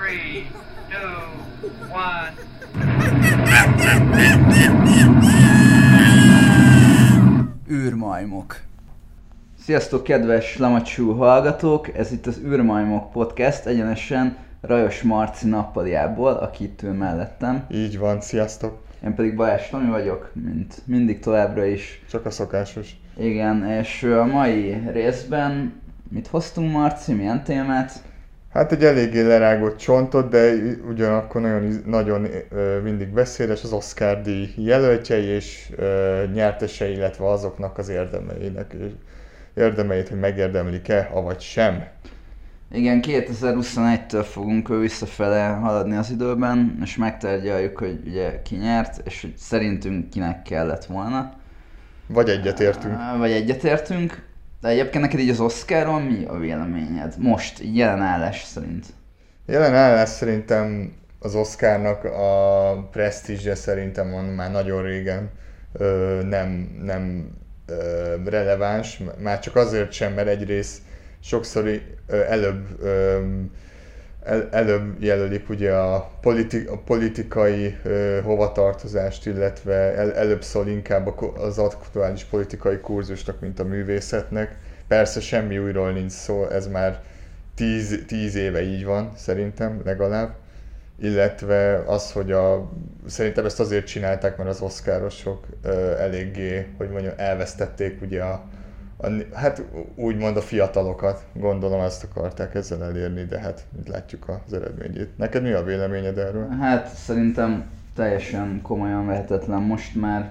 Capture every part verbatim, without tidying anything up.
three, two, one. űrmajmok. Sziasztok, kedves Lamacsú hallgatók! Ez itt az űrmajmok podcast, egyenesen Rajos Marci nappaliából, aki itt ül mellettem. Így van, sziasztok! Én pedig Balázs Tomi vagyok, mint mindig továbbra is. Csak a szokásos. Igen, és a mai részben mit hoztunk, Marci? Milyen témát? Hát egy eléggé lerágott csontot, de ugyanakkor nagyon, nagyon ö, mindig beszédes az Oscar-díj jelöltjei és ö, nyertesei, illetve azoknak az érdemeinek, érdemeit, hogy megérdemlik-e, avagy sem. Igen, kétezer-huszonegytől fogunk visszafele haladni az időben, és megtárgyaljuk, hogy ugye ki nyert, és hogy szerintünk kinek kellett volna. Vagy egyetértünk. Vagy egyetértünk. De egyébként neked így az Oscarról mi a véleményed? Most, így jelen állás szerint. Jelen állás szerintem az Oscarnak a presztízse szerintem van már nagyon régen ö, nem, nem ö, releváns. Már csak azért sem, mert egyrészt sokszor ö, előbb, ö, el, előbb jelölik ugye a, politi- a politikai ö, hovatartozást, illetve el, előbb szól inkább az aktuális politikai kurzusnak, mint a művészetnek. Persze semmi újról nincs szó, ez már tíz, tíz éve így van, szerintem legalább. Illetve az, hogy a, szerintem ezt azért csinálták, mert az oszkárosok ö, eléggé, hogy mondjam, elvesztették ugye a, a, hát úgymond a fiatalokat, gondolom ezt akarták ezzel elérni, de hát látjuk az eredményét. Neked mi a véleményed erről? Hát szerintem teljesen komolyan vehetetlen most már.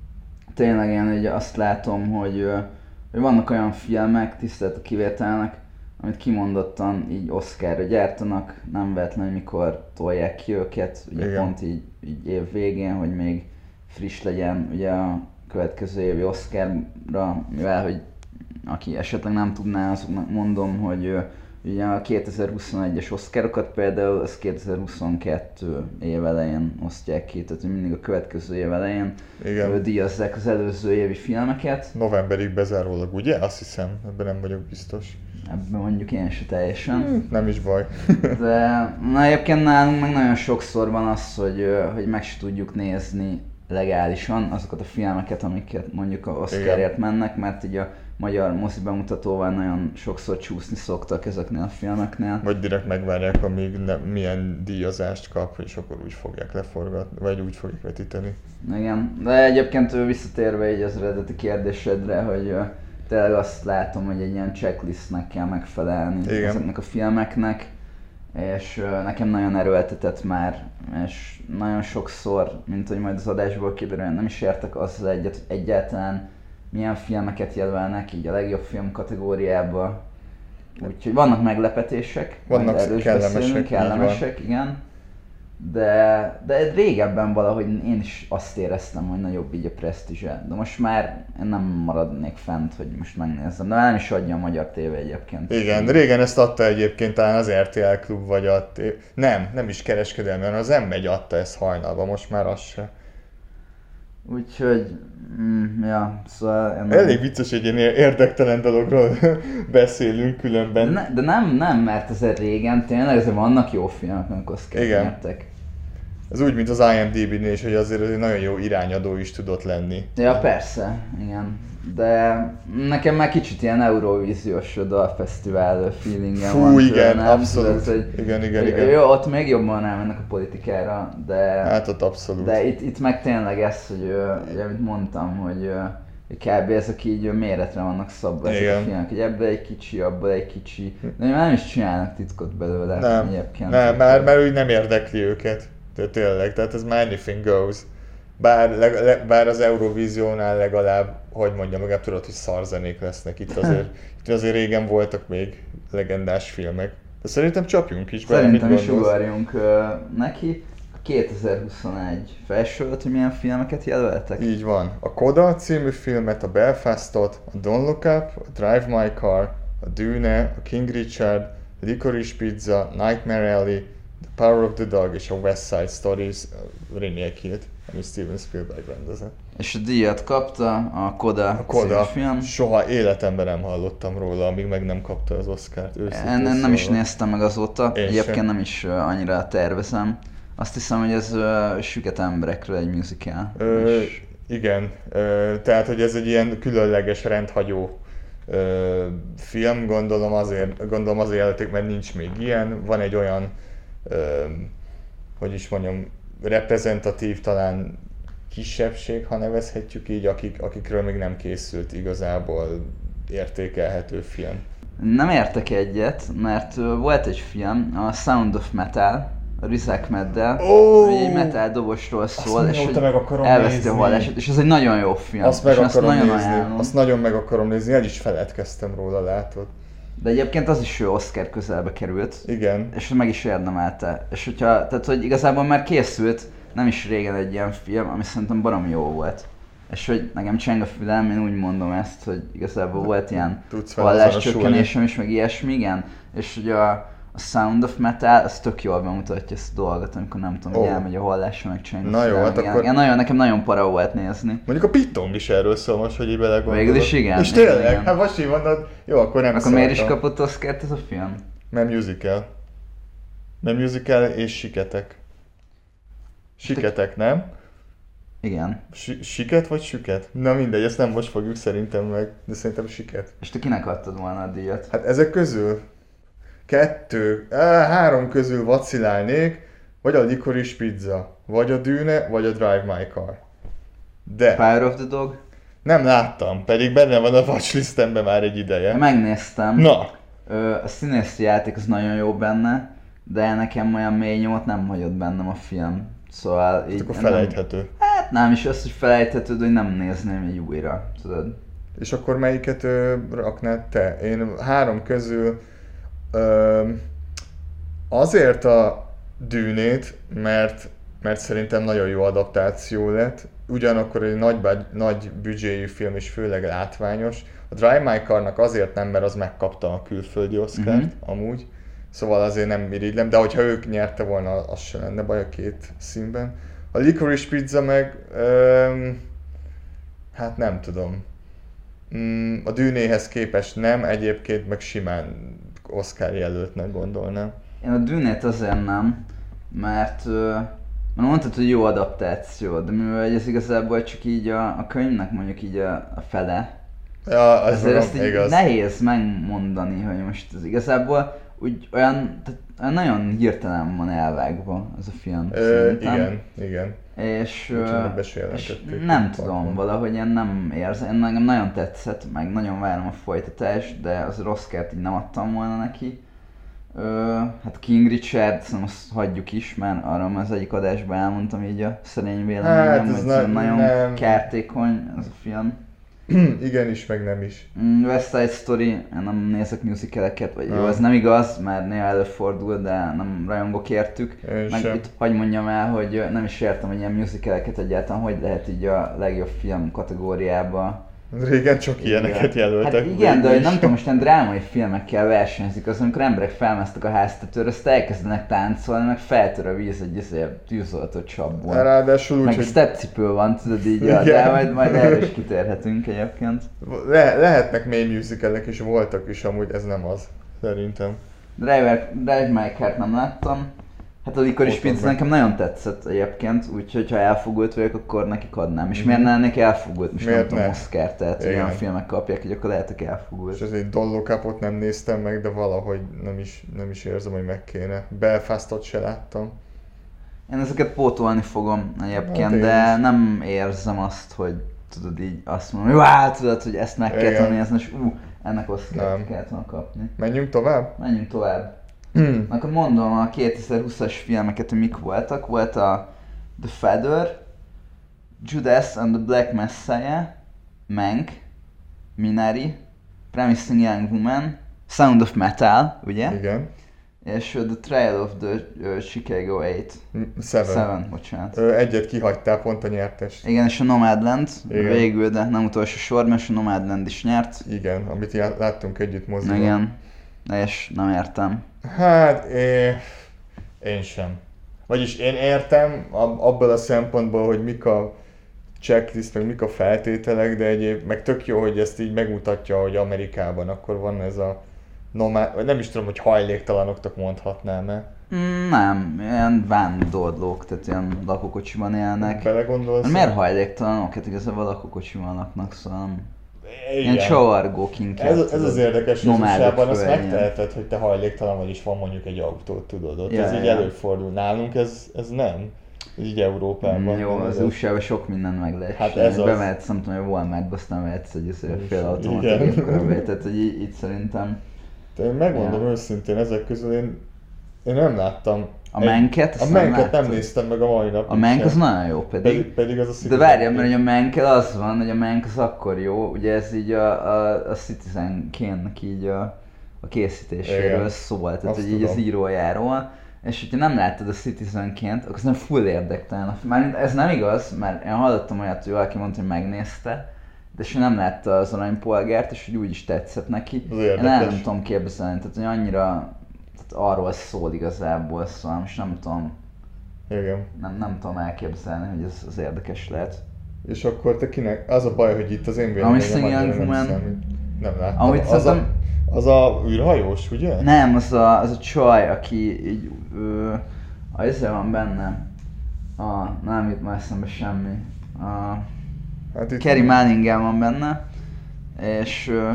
Tényleg én így azt látom, hogy, hogy vannak olyan filmek, tisztelt a kivételnek, amit kimondottan így Oscarra gyártanak, nem véletlenül mikor tolják ki őket, ugye Igen. pont így, így év végén, hogy még friss legyen ugye a következő évi Oscarra, mivel hogy aki esetleg nem tudná, azoknak mondom, hogy ugye a kétezer-huszonegyes Oscarokat például az kétezer-huszonkettő év elején osztják ki, tehát mindig a következő év elején Igen. díjazzák az előző évi filmeket. Novemberig bezárólag, ugye? Azt hiszem, ebben nem vagyok biztos. Ebben mondjuk én se teljesen. Hmm, nem is baj. De na, egyébként nálunk meg nagyon sokszor van az, hogy, hogy meg se tudjuk nézni legálisan azokat a filmeket, amiket mondjuk a Oscarért mennek, mert így a magyar mozi bemutatóval nagyon sokszor csúszni szoktak ezeknél a filmeknél. Vagy direkt megvárják, amíg ne, milyen díjazást kap, és akkor úgy fogják leforgatni, vagy úgy fogják vetíteni. Igen, de egyébként visszatérve így az eredeti kérdésedre, hogy tényleg azt látom, hogy egy ilyen checklistnek kell megfelelni Igen. ezeknek a filmeknek, és nekem nagyon erőltetett már, és nagyon sokszor, mint hogy majd az adásból kiderül, nem is értek azzal egyet, hogy egyáltalán milyen filmeket jelölnek így a legjobb film kategóriába. Úgyhogy vannak meglepetések, vannak kellemesek, kellemesek, igen. De, de régebben valahogy én is azt éreztem, hogy nagyobb így a presztízse. De most már én nem maradnék fent, hogy most megnézzem. De nem is adja a Magyar tévé egyébként. Igen, régen ezt adta egyébként talán az er té el Klub, vagy a... Nem, nem is kereskedelmi, hanem az em egy adta ezt hajnalban, most már az se. Úgyhogy, mm, ja, szóval... Ennek... Elég vicces, hogy ilyen érdektelen dologról beszélünk különben. De, ne, de nem, nem, mert azért régen tényleg azért vannak jó filmek, amikor Oscar nyertek. Ez úgy, mint az i em dé bé-nél is, hogy azért egy nagyon jó irányadó is tudott lenni. Ja, persze, igen. De nekem már kicsit ilyen Eurovíziós dalfesztivál feelingem Fú, van. Fú, igen, nem? abszolút. Ez, hogy, igen, igen, hogy, igen. Jó, ott még jobban rámennek a politikára, de... Hát ott abszolút. De itt, itt meg tényleg ez, hogy, hogy amit mondtam, hogy, hogy kb. Ezek így méretre vannak szabva ezek a filmek, hogy ebből egy kicsi, abból egy kicsi. De nem is csinálnak titkot belőle nem, egyébként. Nem, már, már úgy nem érdekli őket. De tényleg, tehát ez már anything goes. Bár, le, bár az Eurovíziónál legalább, hogy mondjam, legalább tudod, hogy szarzenék lesznek. Itt azért, itt azért régen voltak még legendás filmek. De szerintem csapjunk is bele, Szerintem is ugorjunk uh, neki. kétezer-huszonegy felsorolt, hogy milyen filmeket jelöltek? Így van. A Coda című filmet, a Belfastot, a Don't Look Up, a Drive My Car, a Dune, a King Richard, Licorice Pizza, Nightmare Alley, The Power of the Dog és a West Side Stories remake-ét. ami Steven Spielberg rendezett. És a díjat kapta a Coda, A Coda. film. Soha életemben nem hallottam róla, amíg meg nem kapta az Oscart. En, nem szóval. is néztem meg azóta, Én egyébként sem. nem is uh, annyira tervezem. Azt hiszem, hogy ez uh, süket emberekről egy musical. Ö, és... Igen, ö, tehát hogy ez egy ilyen különleges, rendhagyó ö, film, gondolom azért, gondolom azért jelölték, mert nincs még ilyen. Van egy olyan, ö, hogy is mondjam, reprezentatív, talán kisebbség, ha nevezhetjük így, akik, akikről még nem készült igazából értékelhető film. Nem értek egyet, mert uh, volt egy film, a Sound of Metal, a Riz Ahmeddel, Ó! hogy egy metal dobosról szól, Azt és mióta meg akarom elveszti nézni. a hallását, és ez egy nagyon jó film. Azt meg és akarom azt nagyon nézni, ajánlom. azt nagyon meg akarom nézni, el is feledkeztem róla, látod. De egyébként az is jó Oscar közelbe került, Igen. és meg is érdemelte. És hogyha, tehát hogy igazából már készült, nem is régen egy ilyen film, ami szerintem baromi jó volt. És hogy nekem cseng a fülem, én úgy mondom ezt, hogy igazából volt ilyen Tudsz vele halláscsökkenésem is, meg ilyesmi, igen. És hogy a, a Sound of Metal, az tök jól bemutatja ezt a dolgot, amikor nem tudom, Ó. hogy elmegy a hallásra, meg cseng a Na jó, fülem. hát Igen, akkor- igen, nagyon, nekem nagyon para volt nézni. Mondjuk a Pitong is erről szól most, hogy így belegondolok. Végül is igen, És igen, tényleg, igen. hát most így mondod, jó, akkor nem Akkor miért is szóltam. kapott Oscart ez a film? Mert musical. Mert musical és siketek. Siketek, nem? Igen. Si- siket vagy süket? Na mindegy, ezt nem most fogjuk szerintem meg, de szerintem siket. És te kinek adtad volna a díjat? Hát ezek közül kettő, á, három közül vacilálnék, vagy a Licorice Pizza, vagy a Dűne, vagy a Drive My Car. De Fire of the Dog? nem láttam, pedig benne van a watchlistemben már egy ideje. Én megnéztem. Na, Ö, a színészi játék az nagyon jó benne, de nekem olyan mély nyomot nem hagyott bennem a film. Szóval így... akkor nem- felejthető. Hát nem is az, hogy felejthető, de hogy nem nézném így újra, tudod. És akkor melyiket ö, raknád te? Én három közül ö, azért a Dűnét, mert, mert szerintem nagyon jó adaptáció lett. Ugyanakkor egy nagy, bá- nagy büdzséjű film és főleg látványos. A Drive My Car-nak azért nem, mert az megkapta a külföldi Oscart Mhm. amúgy. Szóval azért nem irigylem, de hogyha ők nyerte volna, az se lenne baj a két színben. A Licorice Pizza meg, öm, hát nem tudom. Mm, a Dűnéhez képest nem, egyébként meg simán Oscar jelöltnek gondolnám. Én a Dűnét azért nem, mert, ö, mert mondtad, hogy jó adaptáció, de mivel ez igazából csak így a, a könyvnek mondjuk így a, a fele, Ja, ez ezért ezt nem így igaz. nehéz megmondani, hogy most ez igazából úgy olyan, tehát olyan nagyon hirtelen van elvágva ez a film. Ö, szerintem. igen, igen. És, Úgyhogy ö, meg be se és jelentették nem a tudom, parkon. valahogy én nem érzem, én nekem nagyon tetszett, meg nagyon várom a folytatást, de az Oscart így nem adtam volna neki. Ö, hát King Richard, szerintem azt hagyjuk is, mert arra már az egyik adásban elmondtam így a szerény véleményem, Hát, ez hogy na- szerintem nagyon nem. kártékony ez a film. Igen is, meg nem is. Mm, West Side Story, én nem nézek musicaleket, vagy jó, Ah. ez nem igaz, mert néha előfordul, de nem rajongok értük. Én Meg sem. itt hagyd mondjam el, hogy nem is értem, hogy ilyen musicaleket egyáltalán hogy lehet így a legjobb film kategóriába. Régen csak ilyeneket jelöltek. Hát igen, de hogy végül nem is. tudom, most ilyen drámai filmekkel versenyzik, az amikor emberek felmásztak a háztetőre, azt elkezdenek táncolni, meg feltör a víz egy izé, tűzoltó csapból. Ráadásul úgy, Meg hogy stepcipő van, tudod így, ja, de Igen. majd, majd erre is kitérhetünk egyébként. le- lehetnek mély musicalek is, voltak is, amúgy ez nem az, szerintem. Driver, Drive My Car-t nem láttam. Hát a Licorice Voltak Pizza meg. nekem nagyon tetszett egyébként, úgyhogy ha elfogult vagyok, akkor nekik adnám. És Mhm. miért ne lennék elfogult? Most Miért nem tudom, ne? Oscar, tehát Igen. olyan filmek kapják, hogy akkor lehetek És elfogult. azért Dollo Capot nem néztem meg, de valahogy nem is, nem is érzem, hogy meg kéne. Belfastot se láttam. Én ezeket pótolni fogom egyébként, Hát én de is. nem érzem azt, hogy tudod így azt mondom, hogy "Vá, tudod, hogy ezt meg kell Igen. nézni, és ú, ennek Oscar-t Nem. kellett volna kapni. Menjünk tovább? Menjünk tovább. Hmm. Akkor mondom a kétezer-húszas filmeket, hogy mik voltak. Volt a The Feather, Judas and the Black Messiah, Mank, Minari, Promising Young Woman, Sound of Metal, ugye? Igen. És uh, The Trial of the uh, Chicago Eight. M- Seven. Seven, bocsánat. Ö, egyet kihagytál, pont a nyertes. Igen, és a Nomadland Igen. végül, de nem utolsó sorban, és a Nomadland is nyert. Igen, amit já- láttunk együtt moziban. Igen, és nem értem. Hát, én, én sem. Vagyis én értem ab, abból a szempontból, hogy mik a checklist, meg mik a feltételek, de egyéb, meg tök jó, hogy ezt így megmutatja, hogy Amerikában akkor van ez a nomád, vagy nem is tudom, hogy hajléktalanoknak mondhatnám-e. Nem, ilyen vándorlók, tehát ilyen lakókocsiban élnek. Belegondolsz? Miért hajléktalanok? Hát igazából lakókocsiban laknak, szóval Igen. ilyen csavargók inkább. Ez, ez az érdekes, hogy az nomádok USA-ban azt földjén. megteheted, hogy te hajléktalan vagy, és van mondjuk egy autót, tudod, ott Ja, ez így ja. előfordul. Nálunk ez, ez nem. Ez így Európában. Mm, jó, nem, az ez u es á-ban sok minden meg lehet Hát csinálni. ez az. Bemehetsz, nem tudom, hogy Walmartba, aztán vehetsz egy Igen. félautomata gépkörbe, tehát hogy így, így szerintem De én megmondom Ja. őszintén, ezek közül én, én nem láttam. a egy- menket, A azt menket nem láttad? néztem meg a mai napig A menk az sem. nagyon jó pedig. Pedig, pedig az a De Citizen várjál, mert Kane. hogy a menkel az van, hogy a menk az akkor jó, ugye ez így a, a, a Citizen Kane-nek így a, a készítéséről Igen. szól, tehát Azt hogy így az tudom. írójáról. És hogyha nem láttad a Citizen Kane-t, akkor szerintem full érdektelen. Mármint ez nem igaz, mert én hallottam olyat, hogy valaki mondta, hogy megnézte, de és ő nem látta az Aranypolgárt, és hogy úgy is tetszett neki. Az Én érdekes. el nem tudom képzelni, tehát hogy annyira tehát arról szól igazából, szóval most nem tudom, Igen. nem, nem tudom elképzelni, hogy ez az érdekes lehet. És akkor te kinek? Az a baj, hogy itt az én Amúgy véleményem annyira Young nem Woman- számít. Nem láttam. Amúgy az, a, szerintem- az a űrhajós, ugye? Nem, az a, az a csaj, aki így, ö, a izé van benne, a, nem jut már eszembe semmi, a Hát itt Carey Mulligan van benne, és ö,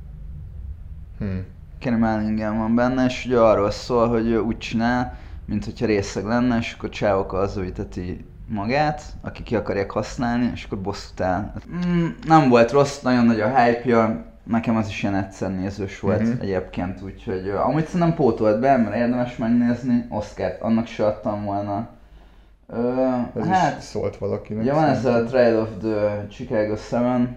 Hm. Carey Mulligan van benne, és ugye arról szól, hogy ő úgy csinál, mint hogyha részeg lenne, és akkor csávok az ülteti magát, akik ki akarják használni, és akkor bosszút áll. Mm, nem volt rossz, nagyon nagy a hype-ja, nekem az is ilyen egyszer nézős volt Mhm. egyébként, úgyhogy uh, amúgy szerintem pótolt be, mert érdemes megnézni, Oscart annak se adtam volna. Uh, Ez hát, is szólt valakinek. ugye van ez a szerintem. Trial of the Chicago seven,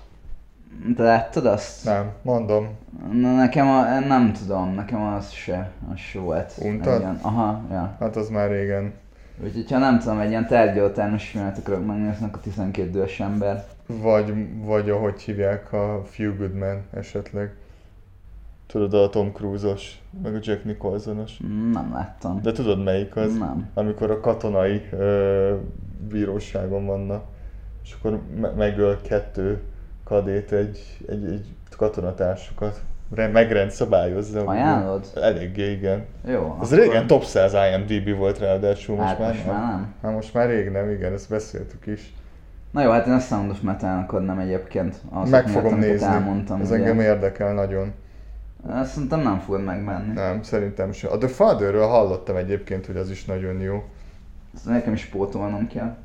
te láttad azt? Nem, mondom. Na, nekem a, nem tudom, nekem az se, az se volt. Untad? Egy ilyen- Aha, ja. Hát az már régen. Úgyhogy ha nem tudom, egy ilyen tárgyaltárnos filmet akarok megnézni, akkor tizenkét dühös ember. Vagy, vagy ahogy hívják a Few Good Men esetleg. Tudod, a Tom Cruise-os, meg a Jack Nicholson-os. Nem láttam. De tudod melyik az? Nem. Amikor a katonai ö, bíróságon vannak, és akkor me- megöl kettő kadét egy, egy, egy katonatársukat. Re- Megrend szabályozza. Ajánlod? Eléggé, igen. Jó. Az akkor- régen top száz I M D B volt ráadásul, most Hát már most már nem. Hát most már rég nem, igen, ezt beszéltük is. Na jó, hát én a Sound of Metal-nak adnám egyébként. Azok Meg miatt, fogom amiket nézni, elmondtam, ez ugye. engem érdekel nagyon. Ezt Szerintem nem fogod megmenni. Nem, szerintem sem. A The Fatherről hallottam egyébként, hogy az is nagyon jó. Ezt nekem is pótolnom kell.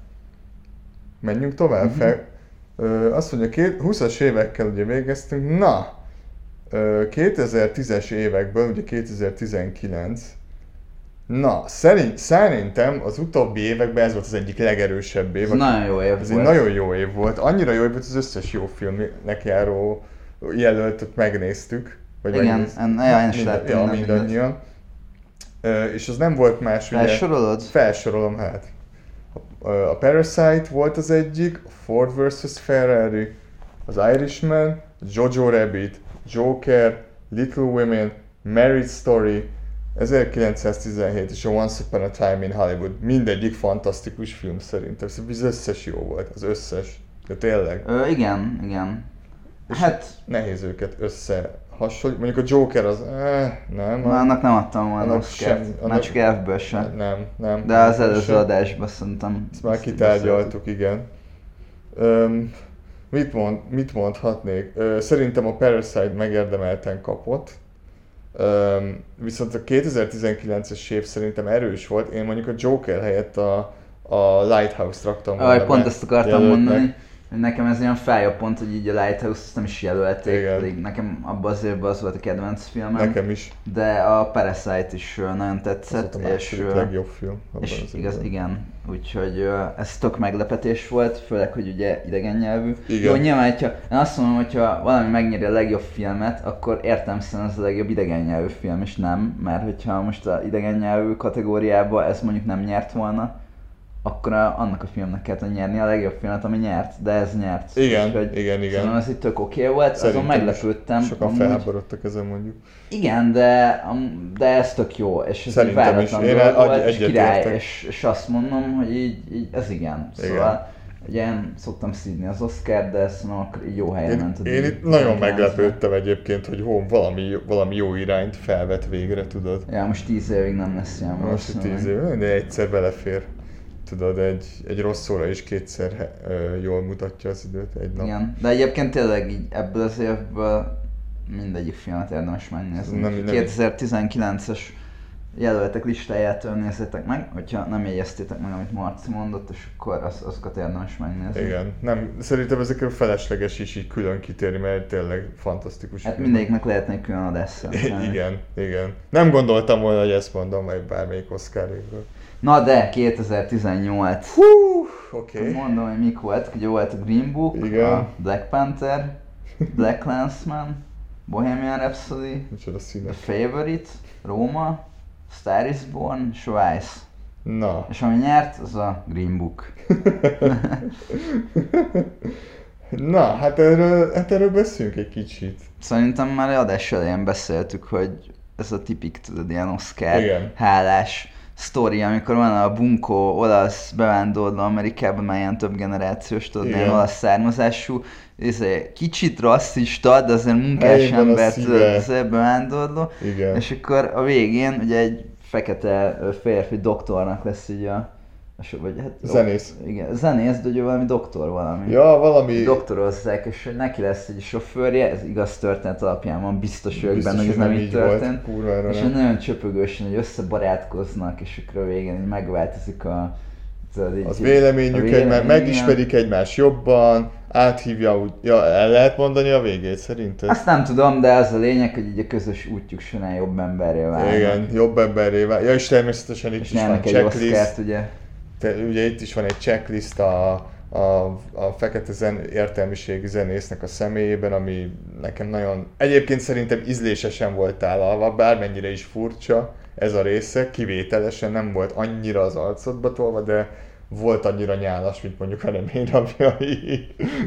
Menjünk tovább. Mhm. Fel, ö, azt mondja, két, húszas évekkel ugye végeztünk. Na, ö, kétezer-tízes évekből, ugye kétezer-tizenkilenc. Na, szerint, szerintem az utóbbi években ez volt az egyik legerősebb év. Ez nagyon jó év Ez egy volt. nagyon jó év volt. Annyira jó év volt, az összes jó filmnek járó jelöltet megnéztük. Vagy Igen, megnéztük. en- ja, én is Minden- láttam ja, minden- mindannyian. Ö, és az nem volt más, ugye... Felsorolod? Felsorolom, hát. A, a Parasite volt az egyik, a Ford versus. Ferrari, az Irishman, a Jojo Rabbit, Joker, Little Women, Marriage Story, ezerkilencszáztizenhét és a Once Upon a Time in Hollywood. Mindegyik fantasztikus film szerintem. Szóval az összes jó volt, az összes. De tényleg. Ö, igen, igen. És Hát, nehéz őket összehasonlítani. Mondjuk a Joker az, eh, nem. már annak nem adtam volna annak Oscart, sem- már annak- csak elfből sem. Nem, nem. De az nem, előző sem. adásban szerintem... Ezt már ezt így kitárgyaltuk, igen. Öm, mit, mond, mit mondhatnék? Ö, szerintem a Parasite megérdemelten kapott. Öm, viszont a kétezer-tizenkilences év szerintem erős volt. Én mondjuk a Joker helyett a, a Lighthouse-t raktam volna Aj, pont be ezt akartam jelöltnek. mondani, hogy nekem ez ilyen fájó pont, hogy így a Lighthouse-t nem is jelölték, Igen. pedig nekem abban az évben az volt a kedvenc filmem. Nekem is. De a Parasite is ö, nagyon Ez volt tetszett, a és, második ö, legjobb film. abban és az igaz, évben. igen, úgyhogy ö, ez tök meglepetés volt, főleg, hogy ugye idegen nyelvű. Igen. Jó, nyilván, hogyha, én azt mondom, hogyha valami megnyeri a legjobb filmet, akkor értelemszerűen ez a legjobb idegen nyelvű film, és nem, mert hogyha most a idegen nyelvű kategóriába ez mondjuk nem nyert volna, akkor a, annak a filmnek kellett nyerni a legjobb filmet, ami nyert, de ez nyert. Igen, Úgyhogy igen, igen. Szerintem ez itt tök oké okay volt, Szerintem azon meglepődtem. Sokan amúgy. felháborodtak ezen mondjuk. Igen, de, de ez tök jó, és ez Szerintem egy váratlan is. Én dolog volt, egy- és király, egyetértek. és, és azt mondom, hogy így, így ez igen. Szóval, ugye én szoktam szídni az Oscar, de szerintem akkor így jó helyen Én, ment a én díj. itt nagyon kilencven. meglepődtem egyébként, hogy hó, valami, valami jó irányt felvet végre, tudod. Ja, most tíz évig nem lesz ilyen Most itt tíz év, de egyszer belefér. Tudod, egy, egy rossz óra is kétszer ö, jól mutatja az időt egy nap. Igen, de egyébként tényleg így ebből az évből mindegyik filmet érdemes megnézni. Nem- nem- kétezer-tizenkilences jelöltek listájától nézzétek meg, hogyha nem jegyeztétek meg, amit Marci mondott, és akkor az, azokat érdemes megnézni. Igen, nem, szerintem ezekről felesleges is így külön kitérni, mert tényleg fantasztikus. Hát film. mindegyiknek lehetne egy külön adás szerintem. Igen, igen. Nem gondoltam volna, hogy ezt mondom, meg bármelyik Oscar évről. Na de, kétezer-tizennyolc. Hú, oké. Okay. Mondom, hogy mik voltak, ugye volt a Green Book, Igen. a Black Panther, Black Landsman, Bohemian Rhapsody, Micsoda The színes. Favorite, Roma, Star is Born, és Vice. Na. És ami nyert, az a Green Book. Na, hát erről, hát erről beszéljünk egy kicsit. Szerintem már adás elején beszéltük, hogy ez a tipik, tudod, ilyen Oscar Igen. hálás sztori, amikor van a bunkó olasz bevándorló Amerikában, már ilyen több generációs, tudod, Igen. ilyen olasz származású, ezért kicsit rasszista, de azért munkás Helyén van a ember, szíve. tudod, azért bevándorló, Igen. és akkor a végén ugye egy fekete ö, férfi doktornak lesz így a, a so- vagy hát, Zenész. Igen, zenész, de ugye valami doktor valami. Ja, valami... Doktorozzák, és hogy neki lesz egy sofőrje, ez igaz történet alapján van, biztos vagyok Biztos, benne, hogy ez hogy nem nem így így volt. történt. Kurvára És nem. hogy nagyon csöpögősen, hogy összebarátkoznak, és akkor a végén így megváltozik a... Tudod, így, Az a véleményük, vélemény, egymás, igen. megismerik egymást jobban, áthívja úgy... Ja, el lehet mondani a végét szerinted? Azt nem tudom, de az a lényeg, hogy így a közös útjuk során jobb emberré válnak. Igen, jobb emberré vál. Ja, és természetesen itt És is van nyernek egy checklist. Oscart, ugye. Te, ugye itt is van egy checklist a, a, a fekete zen, értelmiségi zenésznek a személyében, ami nekem nagyon... Egyébként szerintem ízlésesen volt tálalva, bármennyire is furcsa ez a része, kivételesen nem volt annyira az arcodba tolva, de volt annyira nyálas, mint mondjuk a Reményrabjai.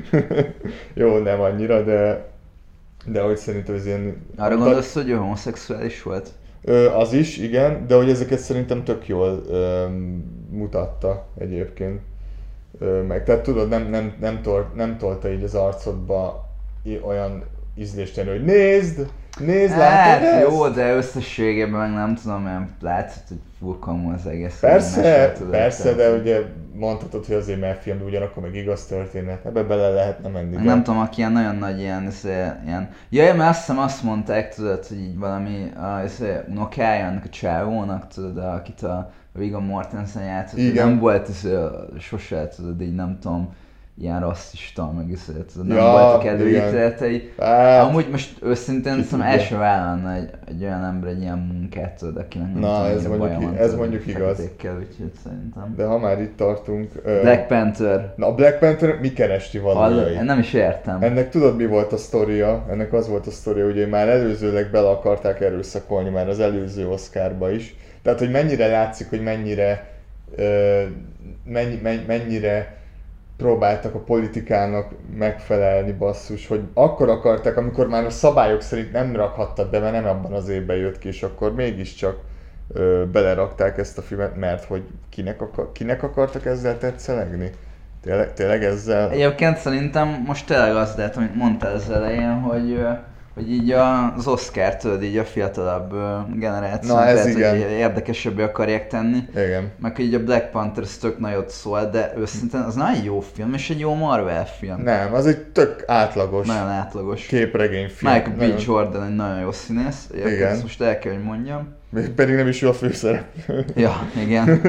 Jó, nem annyira, de, de hogy szerintem ez ilyen... Arra gondolsz, hogy ő homoszexuális volt? Ö, az is, igen, de hogy ezeket szerintem tök jól ö, mutatta egyébként. Ö, meg, tehát tudod, nem, nem, nem, tol, nem tolta így az arcodba i- olyan ízléstelen, hogy nézd, nézd, látod Hát ezt? jó, de összességében meg nem tudom, mert látszott, hogy furkamú az egész. Persze, Mesélted, tudod, persze, tehát- de ugye mondhatod, hogy azért mert film, de ugyanakkor meg igaz történet, ebbe bele lehetne menni. Meg de- nem tudom, aki ilyen nagyon nagy ilyen, izé, ilyen... Ja, mert azt hiszem azt mondták, tudod, hogy így valami a, izé, unokája annak a csávónak, tudod, akit a Viggo Mortensen játszott, hogy Igen. nem volt izé, sose, tudod, így nem tudom, ilyen rasszista, meg izé, tudod, nem Ja, voltak igen. előítéletei. Hát, Amúgy most őszintén ki szerintem tudja. el sem vállalna egy, egy olyan ember egy ilyen munkát, tudod, akinek nem Na, tudom, ez mennyire mondjuk baja i- van, ez tudod, mondjuk a igaz. feketékkel, úgyhogy szerintem. de ha már itt tartunk... ö, Black Panther. Na, a Black Panther mi keresti Hallod? valójai? Én nem is értem. Ennek tudod mi volt a sztoria? Ennek az volt a sztoria, hogy már előzőleg bele akarták erőszakolni már az előző Oscarba is. Tehát, hogy mennyire látszik, hogy mennyire, ö, mennyi, mennyi, mennyire próbáltak a politikának megfelelni, basszus, hogy akkor akarták, amikor már a szabályok szerint nem rakhattad be, mert nem abban az évben jött ki, és akkor mégiscsak ö, belerakták ezt a filmet, mert hogy kinek, akar, kinek akartak ezzel tetszelegni? Tényleg, tényleg ezzel? Egyébként szerintem most tényleg az lehet, amit mondtál az elején, hogy, ö, hogy így az Oscar, tudod, így a fiatalabb ö, generáció, Na, ez tehát, igen. hogy érdekesebbé akarják tenni. Igen. Meg hogy így a Black Panther az tök nagyot szól, de őszintén az nem egy jó film, és egy jó Marvel film. Nem, az egy tök átlagos Nagyon átlagos. képregényfilm. Michael B. Nagyon- Jordan egy nagyon jó színész, egyébként Igen. ezt most el kell, hogy mondjam. Még pedig nem is ő a főszereplő. Ja, igen.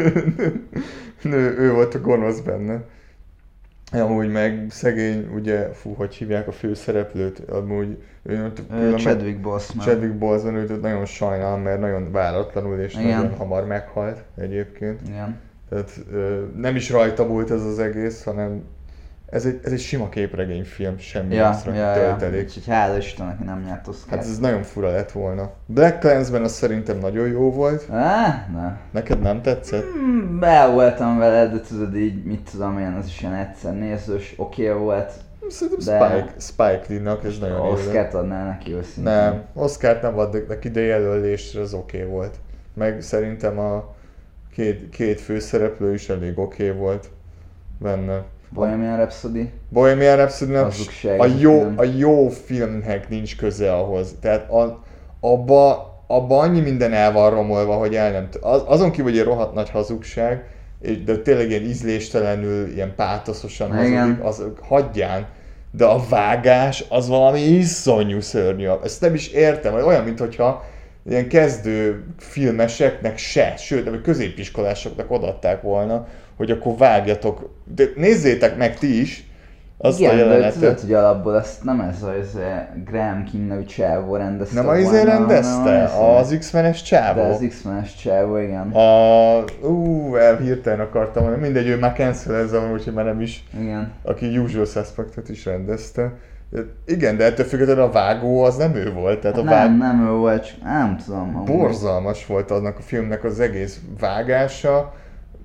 ő, ő volt a gonosz benne. Amúgy meg szegény, ugye, fú, hogy hívják a főszereplőt, amúgy ő, Ö, Chadwick Boseman. Chadwick Boseman, őt nagyon sajnálom, mert nagyon váratlanul és Igen. nagyon hamar meghalt egyébként. Igen. Tehát ö, nem is rajta volt ez az egész, hanem ez egy, ez egy sima képregényfilm, semmi Ja, extra ja, ja. töltelék. Úgyhogy hála Istennek, hogy nem nyert Oscar. Hát ez nagyon fura lett volna. Black Clansman az szerintem nagyon jó volt. Ah, na. Neked nem tetszett? Hmm, be voltam vele, de tudod így, mit tudom én, az is ilyen egyszer nézős, oké okay volt. Szerintem De... Spike, Spike Lee-nak ez nagyon jó. Oscart adnál neki őszintén. Nem, Oscart nem adnak neki, de jelölésre az oké okay volt. Meg szerintem a két, két főszereplő is elég oké okay volt benne. Bohemian Rhapsody? Bohemian Rhapsody-nak Hazugság a ez a jó, film. a jó filmnek nincs köze ahhoz. Tehát a, abba, abba annyi minden el van romolva, hogy el nem... t- Az, azon kívül, hogy egy rohadt nagy hazugság, és- de tényleg ilyen ízléstelenül, ilyen pátoszosan Igen. hazudik, az hagyján. De a vágás az valami iszonyú szörnyű. Ezt nem is értem, olyan, mintha ilyen kezdő filmeseknek se, sőt, vagy középiskolásoknak odaadták volna, hogy akkor vágjatok, de nézzétek meg ti is azt Igen, a de jelenetet. tudod, hogy alapból azt nem ez a ez a Graham King nevű csávó rendezte Nem a volna, izé hanem rendezte? az- Az X-menes csávó? De az X-menes csávó, igen. A... Ú, el hirtelen akartam mondani, mindegy, ő már cancel-ezzel, úgyhogy már nem is, Igen. aki Usual Suspect-et is rendezte. Igen, de ettől függetlenül a vágó az nem ő volt, tehát a vág... Nem, nem ő volt, csak nem tudom. amúgy. Borzalmas volt annak a filmnek az egész vágása,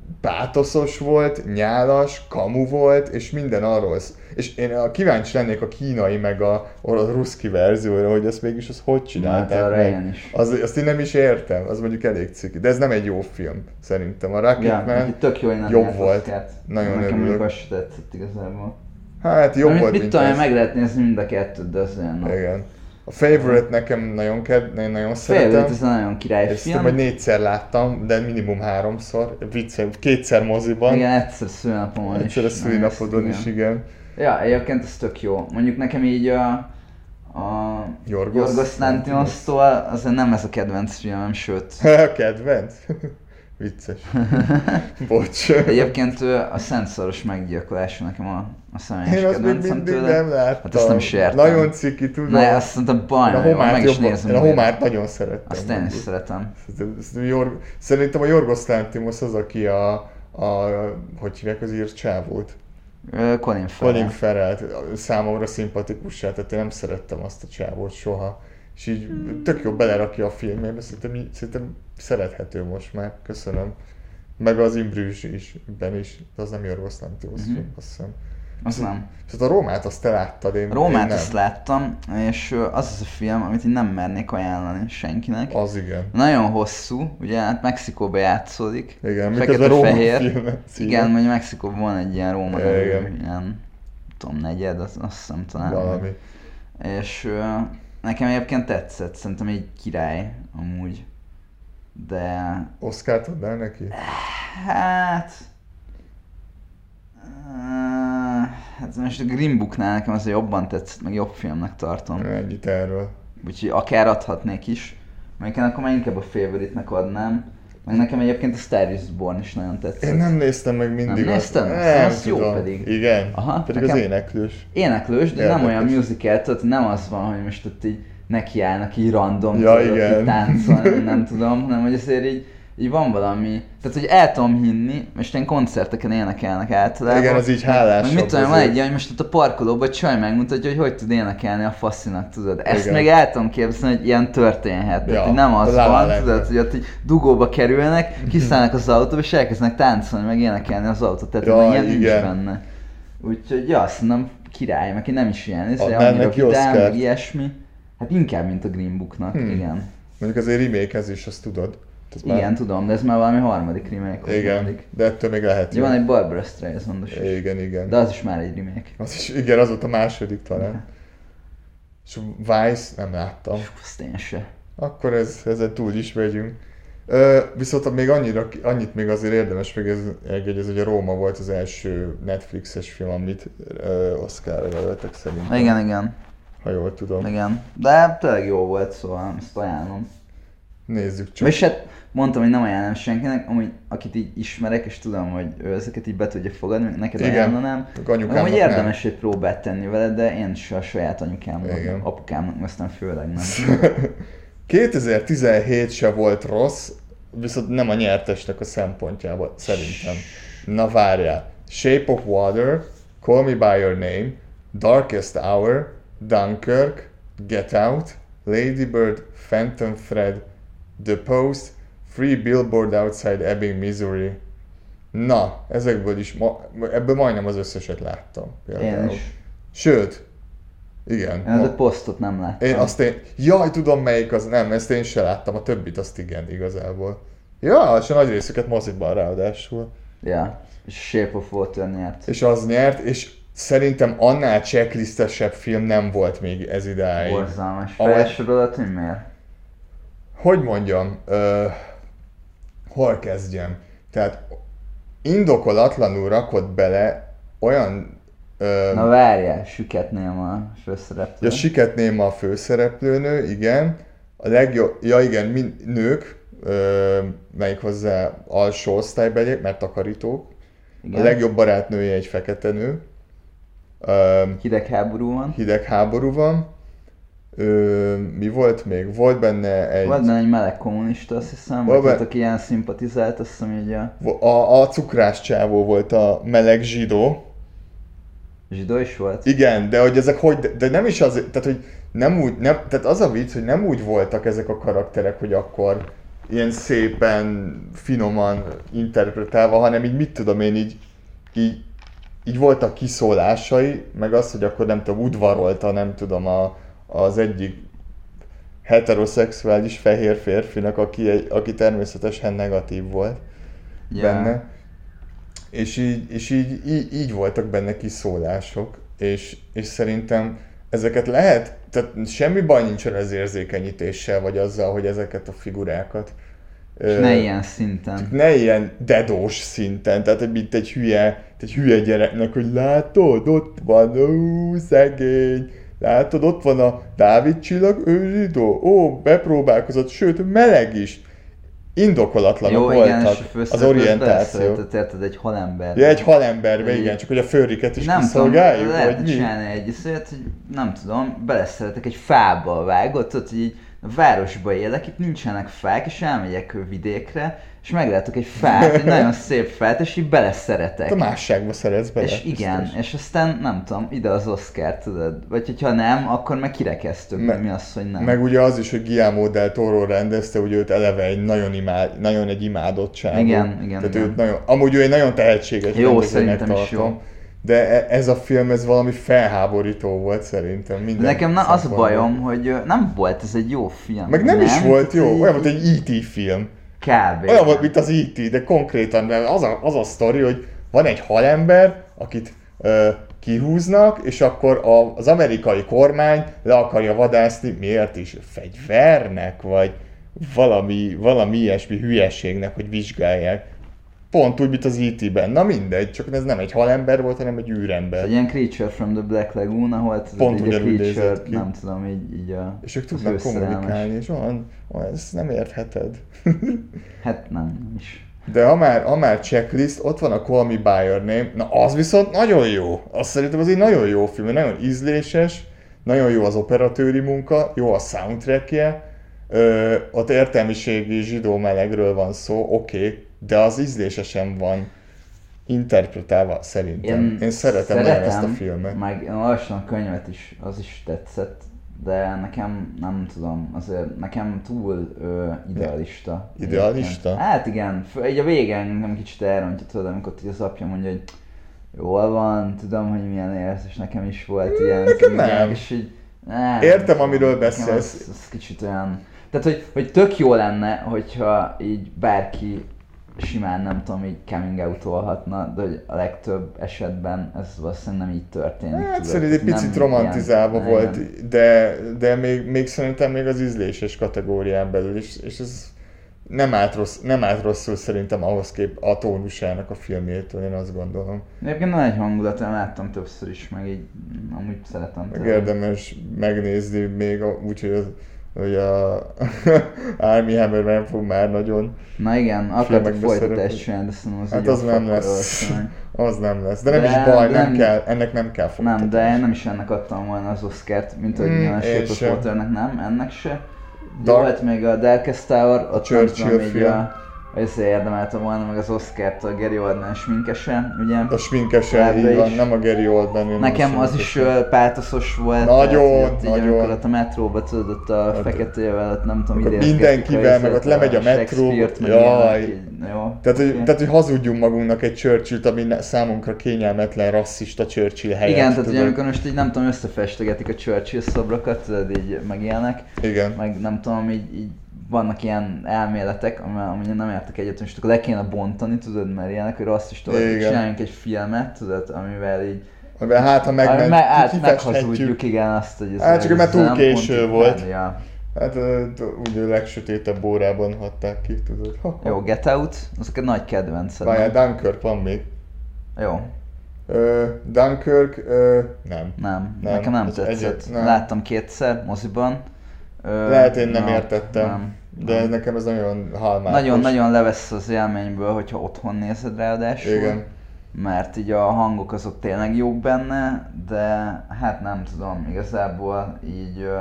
pátoszos volt, nyálas, kamu volt, és minden arról. És én a kíváncsi lennék a kínai meg a, a ruszki verzióra, hogy ezt mégis az hogy Hát csinálták arra meg. ilyen is. Az, azt én nem is értem, az mondjuk elég ciki. De ez nem egy jó film, szerintem. A Ja, Rocketman neki tök jó, hogy nem jobb nyert volt. Oscart. Nagyon Nekem örülök. még az se tetszett igazából. hát jobb Mit- volt, mit mint tudom, én, ez. meg lehet nézni mind a kettőt, de az olyan. Igen. A Favorite nekem nagyon, ked, én nagyon szeretem. Favorite, ez a nagyon király Ezt film. hogy négyszer láttam, de minimum háromszor. Vicce, kétszer moziban. Igen, egyszer szülinapomon is. Egyszer a szülinapodon is, igen. Ja, egyébként ez tök jó. Mondjuk nekem így a, a Yorgos Yorgos Lanthimos-tól azért nem ez a kedvenc filmem, sőt. Kedvenc? Vicces. Bocs. Egyébként ő a Szent Szoros meggyilkolása nekem a, a személyes Én azt még kedvencem mindig tőle. nem láttam. Hát ezt nem is értem. Nagyon ciki, tudom. Ne, azt szerintem baj, Én a meg, homárt meg is jobban- nézem. Én a újra. homárt nagyon szerettem. Azt én is mondjuk. szeretem. Szerintem- szerintem Yor- Szerintem a Yorgos Lanthimos az, aki a, a hogy hívják az írt csávót? Ö, Colin Farrell. Colin Farrell, számomra szimpatikussá, tehát én nem szerettem azt a csávót soha. És így tök jó belerakja a filmjébe, szerintem, szerintem szerethető most már, köszönöm. Meg az Imbrüzs is, ben is, de az nem Yorgos Lanthimos Mhm. film, azt hiszem. Az nem. Tehát a Rómát azt te láttad, én, Rómát én nem. azt láttam, és ö, az az a film, amit én nem mernék ajánlani senkinek. Az igen. Nagyon hosszú, ugye hát Mexikóba játszódik. Igen, miközben Róma Fekete-fehér. filmet címe. Igen, mondjuk Mexikóban van egy ilyen Róma, Ja, nevű, igen. ilyen, tudom, negyed, azt, azt hiszem talán. Valami. És ö, nekem egyébként tetszett, szerintem egy király amúgy. De Oscart adnál neki? hát... Uh, hát most a Green Booknál nekem azért jobban tetszett, meg jobb filmnek tartom. Ennyit erről. Úgyhogy akár adhatnék is. Mondjuk én akkor már inkább a Favorite-nek adnám. Meg nekem egyébként a Star is Born is nagyon tetszett. Én nem néztem meg mindig Nem azt. nézted? Nem Az jó tudom. pedig. Igen? Aha, pedig nekem- az éneklős. Éneklős, de Érdekes. nem olyan musical, tehát nem az van, hogy most ott így nekiállnak így random, Ja, tudod, igen. így táncolni, nem tudom, hanem hogy azért így, így van valami, tehát hogy el tudom hinni, most én koncerteken énekelnek általában. Igen, az így Meg hálásabb mit tudom, én, van azért. egy ilyen, hogy most ott a parkolóban csaj megmutatja, hogy hogy tud énekelni a faszinak, tudod. Ezt Igen. még el tudom képzelni, hogy ilyen történhet. Tehát, Ja, hogy nem az a La La van, Landben. tudod, hogy ott így dugóba kerülnek, kiszállnak az autóba, és elkezdenek táncolni, meg énekelni az autót. Tehát Ja, ilyen nincs igen. benne. Úgyhogy ja, szerintem király, meg én nem is ilyen, ez Adnál annyira neki vidám, Oscart? meg ilyesmi. Hát inkább, mint a Green Booknak, Hmm. igen. Mondjuk azért remékezés, azt tudod. Ez már- Igen, tudom, de ez már valami harmadik remake. vagy Igen, harmadik. de ettől még lehet Ugye van egy Barbara Streisand-os is. Igen, igen. De az is már egy remake. Az is, igen, az volt a második talán. És Vice nem láttam. Azt én se. Akkor ez, ezen túl is megyünk. Ö, viszont még annyira, annyit még azért érdemes megjegyezni, hogy a Róma volt az első Netflixes film, amit ö, Oscarra jelöltek szerintem. Igen, igen, Ha jól tudom. igen. De tényleg jó volt, szóval ezt ajánlom. Nézzük csak. És hát mondtam, hogy nem ajánlom senkinek, amúgy akit így ismerek, és tudom, hogy ő ezeket így be tudja fogadni, neked Igen. ajánlanám. Anyukámnak Amúgy nem. érdemes egy próbát tenni vele, de én se a saját anyukámnak, Igen. apukámnak, aztán főleg nem. kétezer-tizenhét se volt rossz, viszont nem a nyertesnek a szempontjából, szerintem. Na várjál. Shape of Water, Call Me By Your Name, Darkest Hour, Dunkirk, Get Out, Lady Bird, Phantom Thread, The Post, Free Billboard Outside Ebbing, Missouri. Na, ezekből is, ma, ebből majdnem az összeset láttam. Például. Én is. Sőt, igen. Én a posztot nem láttam. Én azt én, jaj, tudom melyik az, nem, ezt én sem láttam, a többit azt igen, igazából. Ja, és a nagy részüket moziban ráadásul. Ja, és Shape of Water nyert. És az nyert, és szerintem annál checklistesebb film nem volt még ez idáig. Borzalmas. Ahogy- Felsorolod, hogy miért? Hogy mondjam, ö, hol kezdjem? Tehát indokolatlanul rakott bele olyan... Ö, Na várjál, süketném a főszereplő. ja, Siket Néma a főszereplőnő, igen. A legjobb, ja igen, mind, nők, ö, melyik hozzá alsó osztálybeliek, mert takarítók. Igen. A legjobb barátnője egy fekete nő. Ö, Hidegháború van. hidegháború van. Ö, mi volt még? Volt benne egy... Volt benne egy meleg kommunista, azt hiszem, Volt vagy be- aki ilyen szimpatizált, azt hiszem így a A, a cukrás csávó volt a meleg zsidó. zsidó is volt. Igen, de hogy ezek hogy, de nem is az, tehát hogy nem úgy, nem, tehát az a vicc, hogy nem úgy voltak ezek a karakterek, hogy akkor ilyen szépen, finoman interpretálva, hanem így mit tudom én, így, így, így voltak kiszólásai, meg az, hogy akkor nem tudom, udvarolta, nem tudom, a, az egyik heteroszexuális fehér férfinak, aki, egy, aki természetesen negatív volt Ja. benne. És így, és így, így, így voltak benne kiszólások, és, és szerintem ezeket lehet, tehát semmi baj nincsen az érzékenyítéssel, vagy azzal, hogy ezeket a figurákat... És ö, ne ilyen szinten. ne ilyen dedós szinten, tehát hogy mint egy hülye, egy hülye gyereknek, hogy látod, ott van, ó, szegény, látod, ott van a Dávid csillag, ő zsidó, ó, bepróbálkozott, sőt, meleg is. Indokolatlanok Jó, igen, és voltak a az főszereplő orientáció. beleszeretett, érted, egy halember. Ja, egy halemberbe, Egy- igen, csak hogy a főriket is Nem tudom, kiszolgáljuk, lehetne vagy mi? csinálni egy iszonyat, hogy nem tudom, beleszeretek egy fába vágott, ott így a városba élek, itt nincsenek fák, és elmegyek vidékre, és meglátok egy fát, egy nagyon szép fát, és így beleszeretek. A másságba szeretsz bele. És igen, biztos. és aztán nem tudom, ide az Oscar, tudod? Vagy hogyha nem, akkor meg kirekeztük, Me- mi az, hogy nem. Meg ugye az is, hogy Guillermo del Toro rendezte, hogy őt eleve egy nagyon, imád, nagyon egy imádott csávó. Igen, igen, Tehát igen. őt nagyon, amúgy ő egy nagyon tehetséges Jó, rendezőnek szerintem is tartom. jó. De e- ez a film, ez valami felháborító volt szerintem. Minden Nekem na, az a szempontból. bajom, hogy ö, nem volt ez egy jó film. Meg nem, is volt jó, Tehát olyan így- volt egy í té film. Kb. Olyan volt, mint az í té, de konkrétan, mert az a, az a sztori, hogy van egy halember, akit ö, kihúznak, és akkor a, az amerikai kormány le akarja vadászni, miért is? Fegyvernek, vagy valami, valami ilyesmi hülyeségnek, hogy vizsgálják. Pont úgy, mint az í té-ben. Na mindegy, csak ez nem egy halember volt, hanem egy űrember. Egy ilyen Creature from the Black Lagoon, ahol tudod, Pont így a ugyanúgy Creature, nézett ki. nem tudom, így, így a És ők a tudnak főszerelmes. kommunikálni, és olyan, olyan, ezt nem értheted. Hát nem, nem is. De ha már, ha már checklist, ott van a Call Me By Your Name, na az viszont nagyon jó. Azt szerintem az egy nagyon jó film, nagyon ízléses, nagyon jó az operatőri munka, jó a soundtrackje, ö, ott értelmiségi zsidó melegről van szó, oké, okay, de az ízlésesen van interpretálva szerintem. Én, Én szeretem, nagyon ezt a filmet. Meg én olvastam a könyvet is, az is tetszett, de nekem nem tudom, azért nekem túl ö, idealista. Idealista? Egyébként. Hát igen, fő- így a végén nekem kicsit elrontja, tudod, amikor így az apja mondja, hogy jól van, tudom, hogy milyen érsz, és nekem is volt ilyen. nekem ilyen, nem. És így, nem, Értem, tudom, amiről nekem beszélsz. Az, az kicsit olyan... Tehát, hogy, hogy tök jó lenne, hogyha így bárki simán, nem tudom, így coming out-olhatna, de hogy a legtöbb esetben ez valószínűleg nem így történik. Hát tudod, szerint egy nem picit ilyen- romantizálva nem, volt, nem. de, de még, még szerintem még az ízléses kategórián belül is, és ez nem állt, rossz, nem állt rosszul szerintem ahhoz kép a tónusának a filmjétől, én azt gondolom. Egyébként nagy hangulat, én láttam többször is, meg így amúgy szeretem. Meg tőle. érdemes megnézni még a, úgy, hogy, az, hogy a Armie Hammer nem fog már nagyon. Na igen, akartak filmekbe folytatást szerepel. csinálni, de szerintem az Hát egy az jó nem faktor lesz. valószínűleg. Az nem lesz. De nem De is baj, nem, nem- kell, ennek nem kell Nem, folytatás. de én nem is ennek adtam volna az Oscart, mint hogy Mm, nyilván a én Shape of sem. Waternek nem, ennek se. De Dark- volt még a Darkest Tower, ott nem Churchill tudom, így film. a, ezért érdemelte volna meg az Oscart a Gary Oldman sminkese, ugye? A sminkese, Továbbra így van, is. nem a Gary Oldman. én Nekem a az is sminkese. ö, pátoszos volt. Nagyon, tehát, hogy ott így, nagyon. amikor ott a metróba tudod, ott a Hát, feketével, ott nem tudom, akkor idézgetik mindenkivel, a meg ott izét, lemegy a metró, Shakespeare-t, meg jaj. ilyenek, így, jó. Tehát, hogy, oké. tehát, hogy hazudjunk magunknak egy Churchillt, ami ne- számunkra kényelmetlen, rasszista Churchill helyett. Igen, tehát ugye tudod. amikor most így nem tudom, összefestegetik a Churchill szobrokat, tudod, így meg ilyenek, Igen. meg nem tudom, így, így vannak ilyen elméletek, amilyen nem értek egyet, és akkor le kéne bontani, tudod, mert ilyenek, hogy rasszista, Igen. csináljunk egy filmet, tudod, amivel így Amivel hát, ha Meg, megment, me, át, kifesthetjük. meghazudjuk, igen, azt, hogy ez Hát csak ez mert túl nem késő pont- volt. Hát, ja. Hát ö, úgy a legsötétebb órában hatták ki, tudod. Ha, ha. Jó, Get Out, azok egy nagy kedvenced. Várjál, nem? Dunkirk van még. Jó, Ö, Dunkirk, ö, nem. nem, Nem, nekem nem ez tetszett. egyet- nem. Láttam kétszer moziban. Ö, Lehet én nem na, értettem, nem, de nem. nekem ez nagyon halmákos. Nagyon-nagyon levesz az élményből, hogyha otthon nézed ráadásul. Igen. Mert így a hangok azok tényleg jók benne, de hát nem tudom, igazából így ö,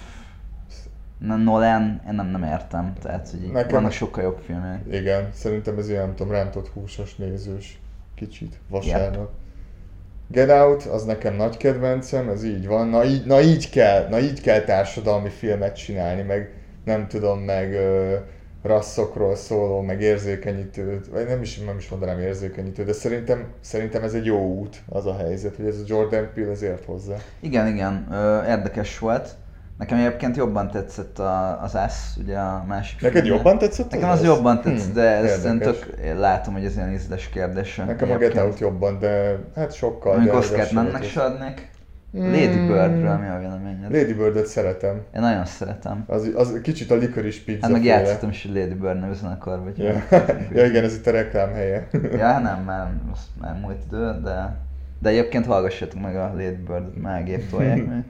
pff, Nolan, én nem, nem értem, tehát hogy így Nekem- vannak sokkal jobb filmek. Igen, szerintem ez ilyen, nem tudom, rántott húsos nézős. Kicsit, vasárnap. Get Out, az nekem nagy kedvencem, ez így van. Na így, na így kell, na így kell társadalmi filmet csinálni, meg nem tudom, meg ö, rasszokról szóló, meg érzékenyítő, vagy nem is, nem is mondanám érzékenyítő, de szerintem, szerintem ez egy jó út, az a helyzet, hogy ez a Jordan Peele ezért hozzá. Igen, igen, ö, érdekes volt. Nekem egyébként jobban tetszett a, az Us, ugye a másik Neked filmje. jobban tetszett? Nekem az jobban tetszett, Hm, de ezt én érdekes. tök én látom, hogy ez ilyen ízles kérdése. Nekem a Get Out jobban, de hát sokkal. Amikor de Oscart ez sem mennek az- se adnék. Mm. Lady Birdről mi a véleményed? Lady Bird-et szeretem. Én nagyon szeretem. Az, az kicsit a licorice pizza Hát meg féle. játszottam is egy Lady Bird nevű zenekarba. úgyhogy- Ja. ja igen, ez itt a reklám helye. Ja, nem, már, most már múlt idő, de, de egyébként hallgassatok meg a Lady Bird-et, már gép tolják meg.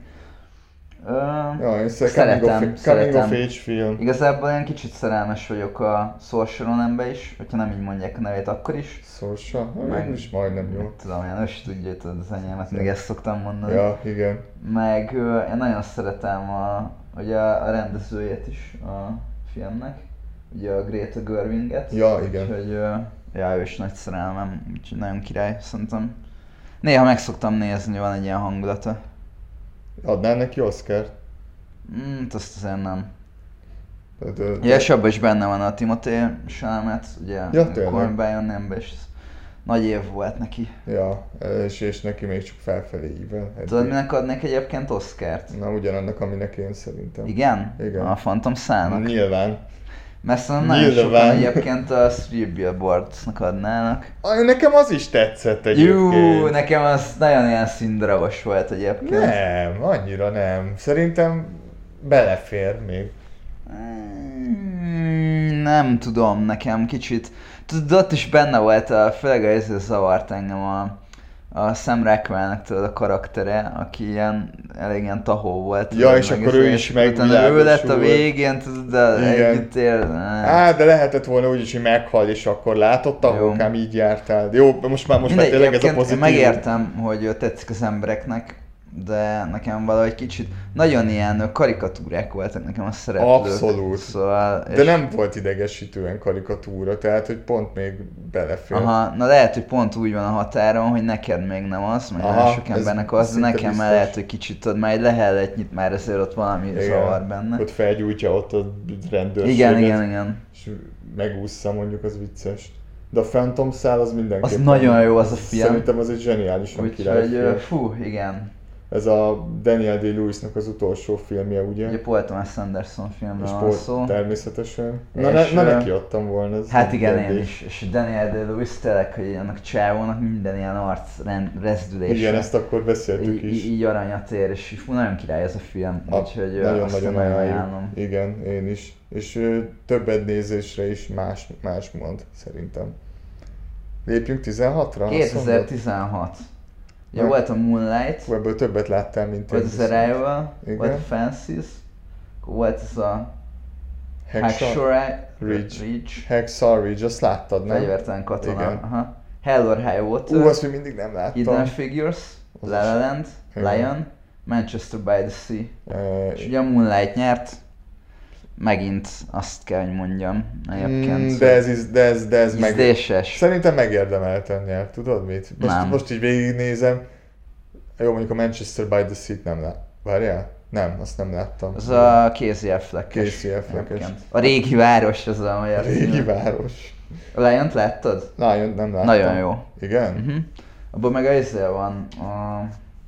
Ö, Ja, én szeretem, coming, of, coming szeretem. of age film. Igazából én kicsit szerelmes vagyok a Saoirse Ronanbe is, hogyha nem így mondják a nevét, akkor is. Szósa, Meg- meg is majdnem jó. Mit tudom, én is tudja, tudod az enyémet, még ezt szoktam mondani. Ja, igen. Meg ö, én nagyon szeretem a, ugye a, a rendezőjét is a filmnek, ugye a Greta Gerwinget. Ja, igen. Úgyhogy ö, ja, ő is nagy szerelmem, úgyhogy nagyon király szerintem. Néha meg szoktam nézni, van egy ilyen hangulata. Adnál neki Oscart? Mm, azt azért nem. De, de, Ja, és abban is benne van a Timothée Chalamet, ugye Ja, a tényleg. Call Me By Your Name-ben, és ez nagy év volt neki. Ja, és, és neki még csak felfelé ível. eddig. Tudod, minek adnék egyébként Oscart? Na, ugyanannak, aminek én szerintem. Igen? Igen. A Phantom Szának? Nyilván. Mert szerintem nagyon Nyilván. sokan egyébként a Three Billboards-nak adnának. Ah, nekem az is tetszett egyébként. Jú, nekem az nagyon ilyen színdarabos volt egyébként. Nem, annyira nem. Szerintem belefér még. Mm, Nem tudom, nekem kicsit. Tudod, ott is benne volt, a, főleg ez zavart engem a, a Sam Rockwell-nek tudod a karaktere, aki ilyen, elég ilyen tahó volt. Ja, tudod, és meg akkor ez- ő is utána ő lett a megvilágosult. végén, tudod, de Igen. együtt ér. Á, de lehetett volna úgy is, hogy meghal, és akkor látott, Jó. ahol ám így jártál. Jó, most már, most már Mindegy, tényleg ez a egyébként pozitív. én megértem, hogy tetszik az embereknek, de nekem valahogy kicsit nagyon ilyen karikatúrák voltak nekem a szereplők. Abszolút. Szóval, De és- nem volt idegesítően karikatúra, tehát hogy pont még belefér. Aha, na lehet, hogy pont úgy van a határon, hogy neked még nem az, meg Aha, nagyon sok ez embernek az, de szinte nekem biztos. már lehet, hogy kicsit ott már egy lehelletnyit már ezért ott valami Igen. zavar benne. Ott felgyújtja ott a rendőrséget. Igen, igen, igen. És megúszza, mondjuk, az vicces. De a Phantom szál az mindenképpen. Az nagyon jó az a film. Szerintem az egy zseniálisan király Úgyhogy, ö, film. fú, igen. Ez a Daniel Day-Lewisnak az utolsó filmje, ugye? Ugye Paul Thomas Anderson És filmről van Paul, szó. természetesen. Na, És, ne, na ö, neki adtam volna. Ez Hát egy igen, én kérdés. is. És Daniel Day-Lewis tényleg, hogy annak a csávónak minden ilyen arc rend, rezdülése. Igen, ezt akkor beszéltük így, is. így aranyat ér, és fú, nagyon király ez a film. A- Úgyhogy ö, azt Nagyon-nagyon nagyon ajánljuk. ajánlom. Igen, én is. És ö, többet nézésre is más, más mond, szerintem. Lépjünk tizenhatra? azt mondod? kétezer-tizenhat. Ja, Meg- volt a Moonlight, Hú, ebből többet láttál, mint volt én az viszont. Arrival, Igen. volt a Fences, akkor volt ez a Hacksaw Hacksaw Ridge. Ridge, Hacksaw Ridge, azt láttad, nem? fegyvertelen katona. Igen. Aha. Hell or High Water, Ú, azt még mindig nem Hidden láttam. Figures, Az La is- La Land, Igen. Lion, Manchester by the Sea. Uh, És ugye a Moonlight nyert, megint azt kell, hogy mondjam egyébként. Mm, de ez, is, de ez, de ez meg... Ízléses. Szerintem megérdemelten nyert, tudod mit? Most, Nem. most így végignézem. Jó, mondjuk a Manchester by the Sea-t nem lát. Várjál? Nem, azt nem láttam. Az a Casey Affleck-es. Casey Affleck-es. A régi város az a magyar. A régi város. A Lion-t láttad? Lion nem láttam. Nagyon jó. Igen? Uh-huh. Abban meg az van a...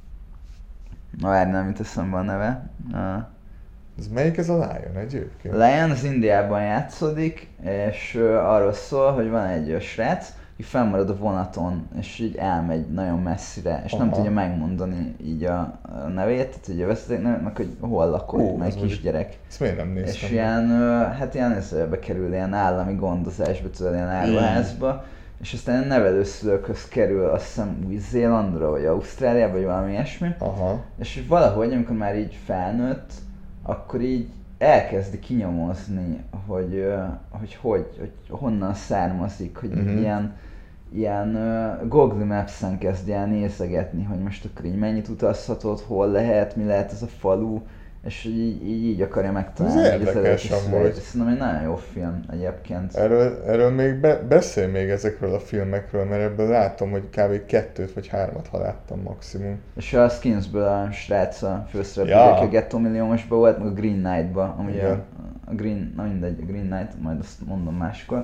Na várj, nem jut eszembe a neve. A... Ez melyik ez a Lion egyébként? Lion az Indiában játszódik, és uh, arról szól, hogy van egy uh, srác, aki fennmarad a vonaton, és így elmegy nagyon messzire, és Aha. nem tudja megmondani így a, a nevét, tehát ugye a vezetéknevet, hogy hol lakodik, meg kisgyerek. Ezt miért nem néztem? És ilyen, uh, hát ilyen ezzelbe kerül, ilyen állami gondozásba, tudod, ilyen áruházba, és aztán a nevelőszülőkhöz kerül, azt hiszem Új-Zélandra, vagy Ausztráliába, vagy valami ilyesmi. Aha. És valahogy, amikor már így felnőtt, akkor így elkezdi kinyomozni, hogy hogy, hogy, hogy honnan származik, hogy uh-huh. ilyen, ilyen uh, Google Maps-en kezd el nézegetni, hogy most akkor így mennyit utazhatod, hol lehet, mi lehet ez a falu, és így, így, így akarja megtalálni. Ez érdekes amúgy. Szerintem egy nagyon jó film egyébként. Erről, erről még be, beszélj még ezekről a filmekről, mert ebből látom, hogy kb. kettőt vagy hármat ha láttam maximum. És a Skinsből a srác a főszereplő, ja. aki a Ghetto Milliómosban volt, meg a Green Knight-ban, ami a, a Green, na mindegy, a Green Knight, majd azt mondom máskor.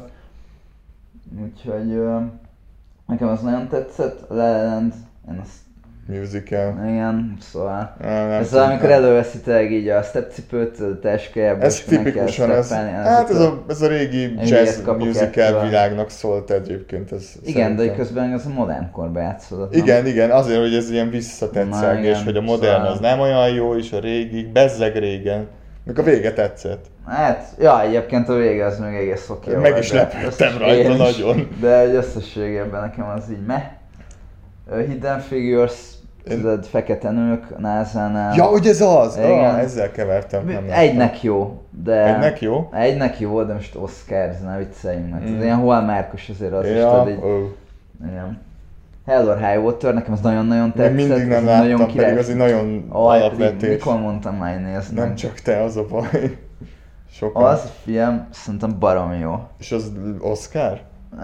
Úgyhogy uh, nekem az nagyon tetszett, a La La Land, én azt Musical. igen, szóval Ah, ez az, amikor előveszi tényleg így a stepcipőt, a teskájába, ez tipikusan ez, hát ez a, ez a régi jazz musical világnak szólt egyébként. Ez igen, szerintem. De közben ez a modern korba játszódott. Igen, nem? Igen, azért, hogy ez ilyen visszatetszegés, hogy a modern szóval... az nem olyan jó, és a régi, bezzeg régen. Még a vége tetszett. Hát, ja, egyébként a vége az még egész oké. Meg volt, is lepődtem rajta nagyon. De egy összességében nekem az így meh. Hidden Figures, tudod, fekete nők, a názánál. Ja, hogy ez az! Ah, ezzel kevertem. Nem egynek jó, de... Egynek jó? Egynek jó, de most Oscar, ez ne vicceljünk meg. Mm. Ilyen Hallmarkos azért az ja, is, tudod így... Oh. Igen. Hell or High Water, nekem az nagyon-nagyon tetszett. Még mindig nem láttam, nagyon pedig az egy nagyon oh, alapvetés. Mikor mondtam már, hogy nézd Nem meg. csak te, az a baj. Sokan. Az a film szerintem baromi jó. És az Oscar?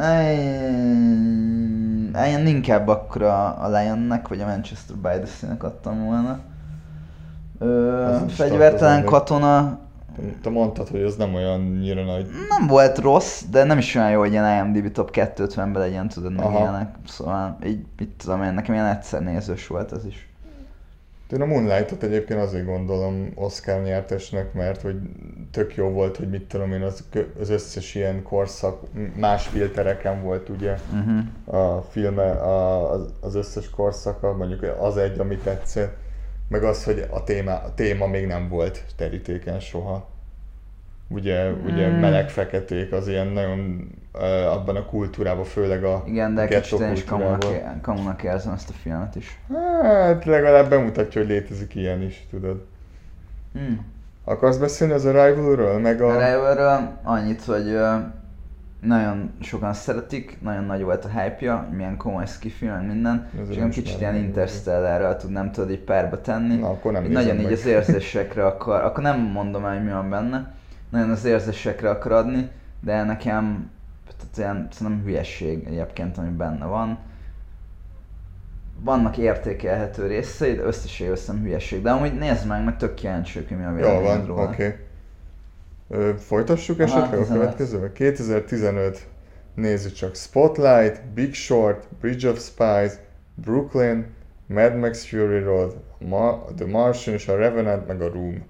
Én inkább akkor a, a Lionnek, vagy a Manchester by the Sea-nek adtam volna. Ö, fegyvertelen katona... Te mondtad, hogy ez nem olyan nyíra nagy... Nem volt rossz, de nem is olyan jó, hogy ilyen I M D B top kétszázötvenben legyen, tudod, meg ilyenek. Szóval így, mit tudom én, nekem ilyen egyszer nézős volt ez is. Én a Moonlight-ot egyébként azért gondolom Oscar nyertesnek, mert hogy tök jó volt, hogy mit tudom én, az, az összes ilyen korszak más filtereken volt ugye uh-huh. a filme, a, az összes korszaka, mondjuk az egy, ami tetszett, meg az, hogy a téma, a téma még nem volt terítéken soha. Ugye, mm. ugye meleg-feketék az ilyen nagyon uh, abban a kultúrában, főleg a igen, de kicsit én is kamunak, kamunak érzem ezt a filmet is. Hát legalább bemutatja, hogy létezik ilyen is, tudod. Mm. Akarsz beszélni az Arrival-ről? Meg a... Arrival-ről annyit, hogy uh, nagyon sokan szeretik, nagyon nagy volt a hype-ja, milyen komoly ski-film, minden, ez és olyan kicsit ilyen Interstellarral tudnám tudod így párba tenni. Na, akkor nem nagyon meg. Így az érzésekre akar, akkor nem mondom el, hogy mi van benne, nagyon az érzésekre akar adni, de nekem tehát ilyen, szerintem hülyesség egyébként, ami benne van. Vannak értékelhető részei, de összességében szerintem hülyesség, de amúgy nézd meg, meg tök kíváncsi, hogy mi a véleményed róla. Oké. Okay. Folytassuk esetleg a következővel? kétezer-tizenöt, nézzük csak. Spotlight, Big Short, Bridge of Spies, Brooklyn, Mad Max Fury Road, Ma- The Martian és a Revenant, meg a Room.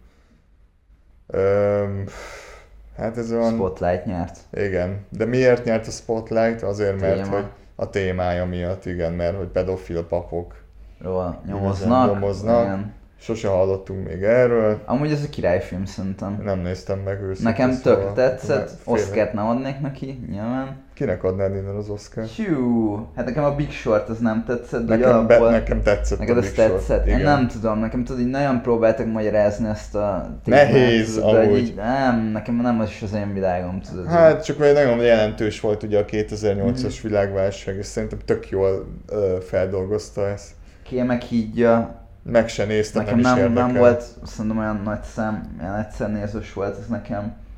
Um, hát ez olyan... Spotlight nyert. Igen, de miért nyert a Spotlight? Azért, mert Téma. hogy a témája miatt, igen, mert hogy pedofil papok Róla nyomoznak. nyomoznak. Igen. Sose hallottunk még erről. Amúgy ez a királyfilm szerintem. Nem néztem meg őszintén. Nekem tök szóval tetszett, félre. Oscart nem adnék neki, nyilván. Kinek adnád innen az Oscart? Hű, hát nekem a Big Short az nem tetszett, de nekem, alapból... be, nekem tetszett neked a Big az tetszett. Short. Én nem tudom, nekem tudod, így nagyon próbáltak magyarázni ezt a témát. Nehéz tudod, amúgy. Így, nem, nekem nem az is az én világom, tudod. Hát csak egy nagyon jelentős volt ugye a kétezer-nyolcas mm-hmm. világválság, és szerintem tök jól ö, feldolgozta ezt. Kémek hídja. Meg se néztem, nekem nem is nem, érdekel. nem volt, szerintem olyan nagy szám, olyan egyszer nézős volt ez nekem.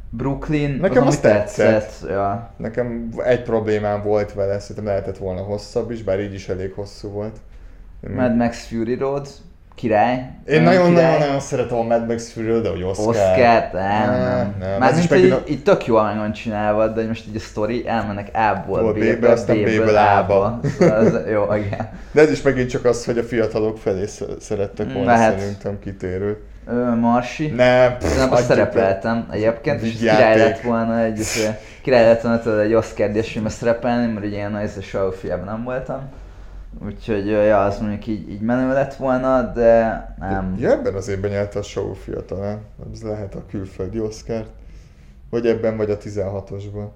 Brooklyn, Nekem az, az ami tetszett. tetszett. Ja. Nekem egy problémám volt vele, szerintem lehetett volna hosszabb is, bár így is elég hosszú volt. Én Mad Max Fury Road, király. Én nagyon-nagyon szeretem a Mad Max Fury-t, de hogy Oscar. Oscar, nem, Ne, nem. nem. Már Ez is mint, megint hogy a- így tök jól meg van csinálva, de most így a sztori elmennek A-ból B-be, B-be, aztán B-ből B-ből A-ba. A-ba. Szóval ez jó, igen. De ez is megint csak az, hogy a fiatalok felé sz- szerettek volna Lehet. szerintem kitérő. Ö, Marsi. Nem, pff, Nem, azt adjuk szerepeltem egyébként, és ez Vigyáték. király lett volna egy, izé, király lett volna tudod, egy Oscar-díjas filmbe szerepelni, mert ugye én az a Saul fiában nem voltam. Úgyhogy ja, az mondjuk így, így menő lett volna, de nem. Ja, ebben az évben nyerte a Saul fiatalán. Ez lehet a külföldi Oscar. Vagy ebben, vagy a tizenhatosban.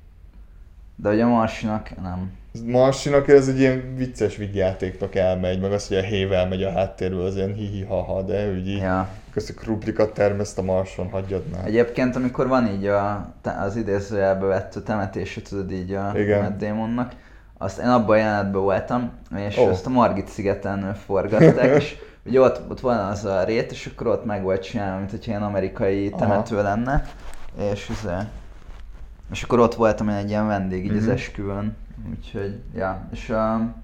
De ugye a Marsinak nem. Marsinak ez egy ilyen vicces vigyátéknak elmegy, meg az, hogy a hével megy a háttérből, az ilyen hihi-haha, de úgy így Ja. köszi kruplikat termeszt a Marson, hagyjad már. Egyébként, amikor van így a, az idézőjelbe vett temetése, tudod így a Igen. Matt Damonnak, azt én abban a jelenetben voltam, és Ó. azt a Margit szigeten forgatták, és ugye ott, ott van az a rét, és akkor ott meg volt csinálva, mint hogyha ilyen amerikai Aha. temető lenne, és, ez, és akkor ott voltam én egy ilyen vendég így Mhm. az esküvőn, úgyhogy, ja, és a,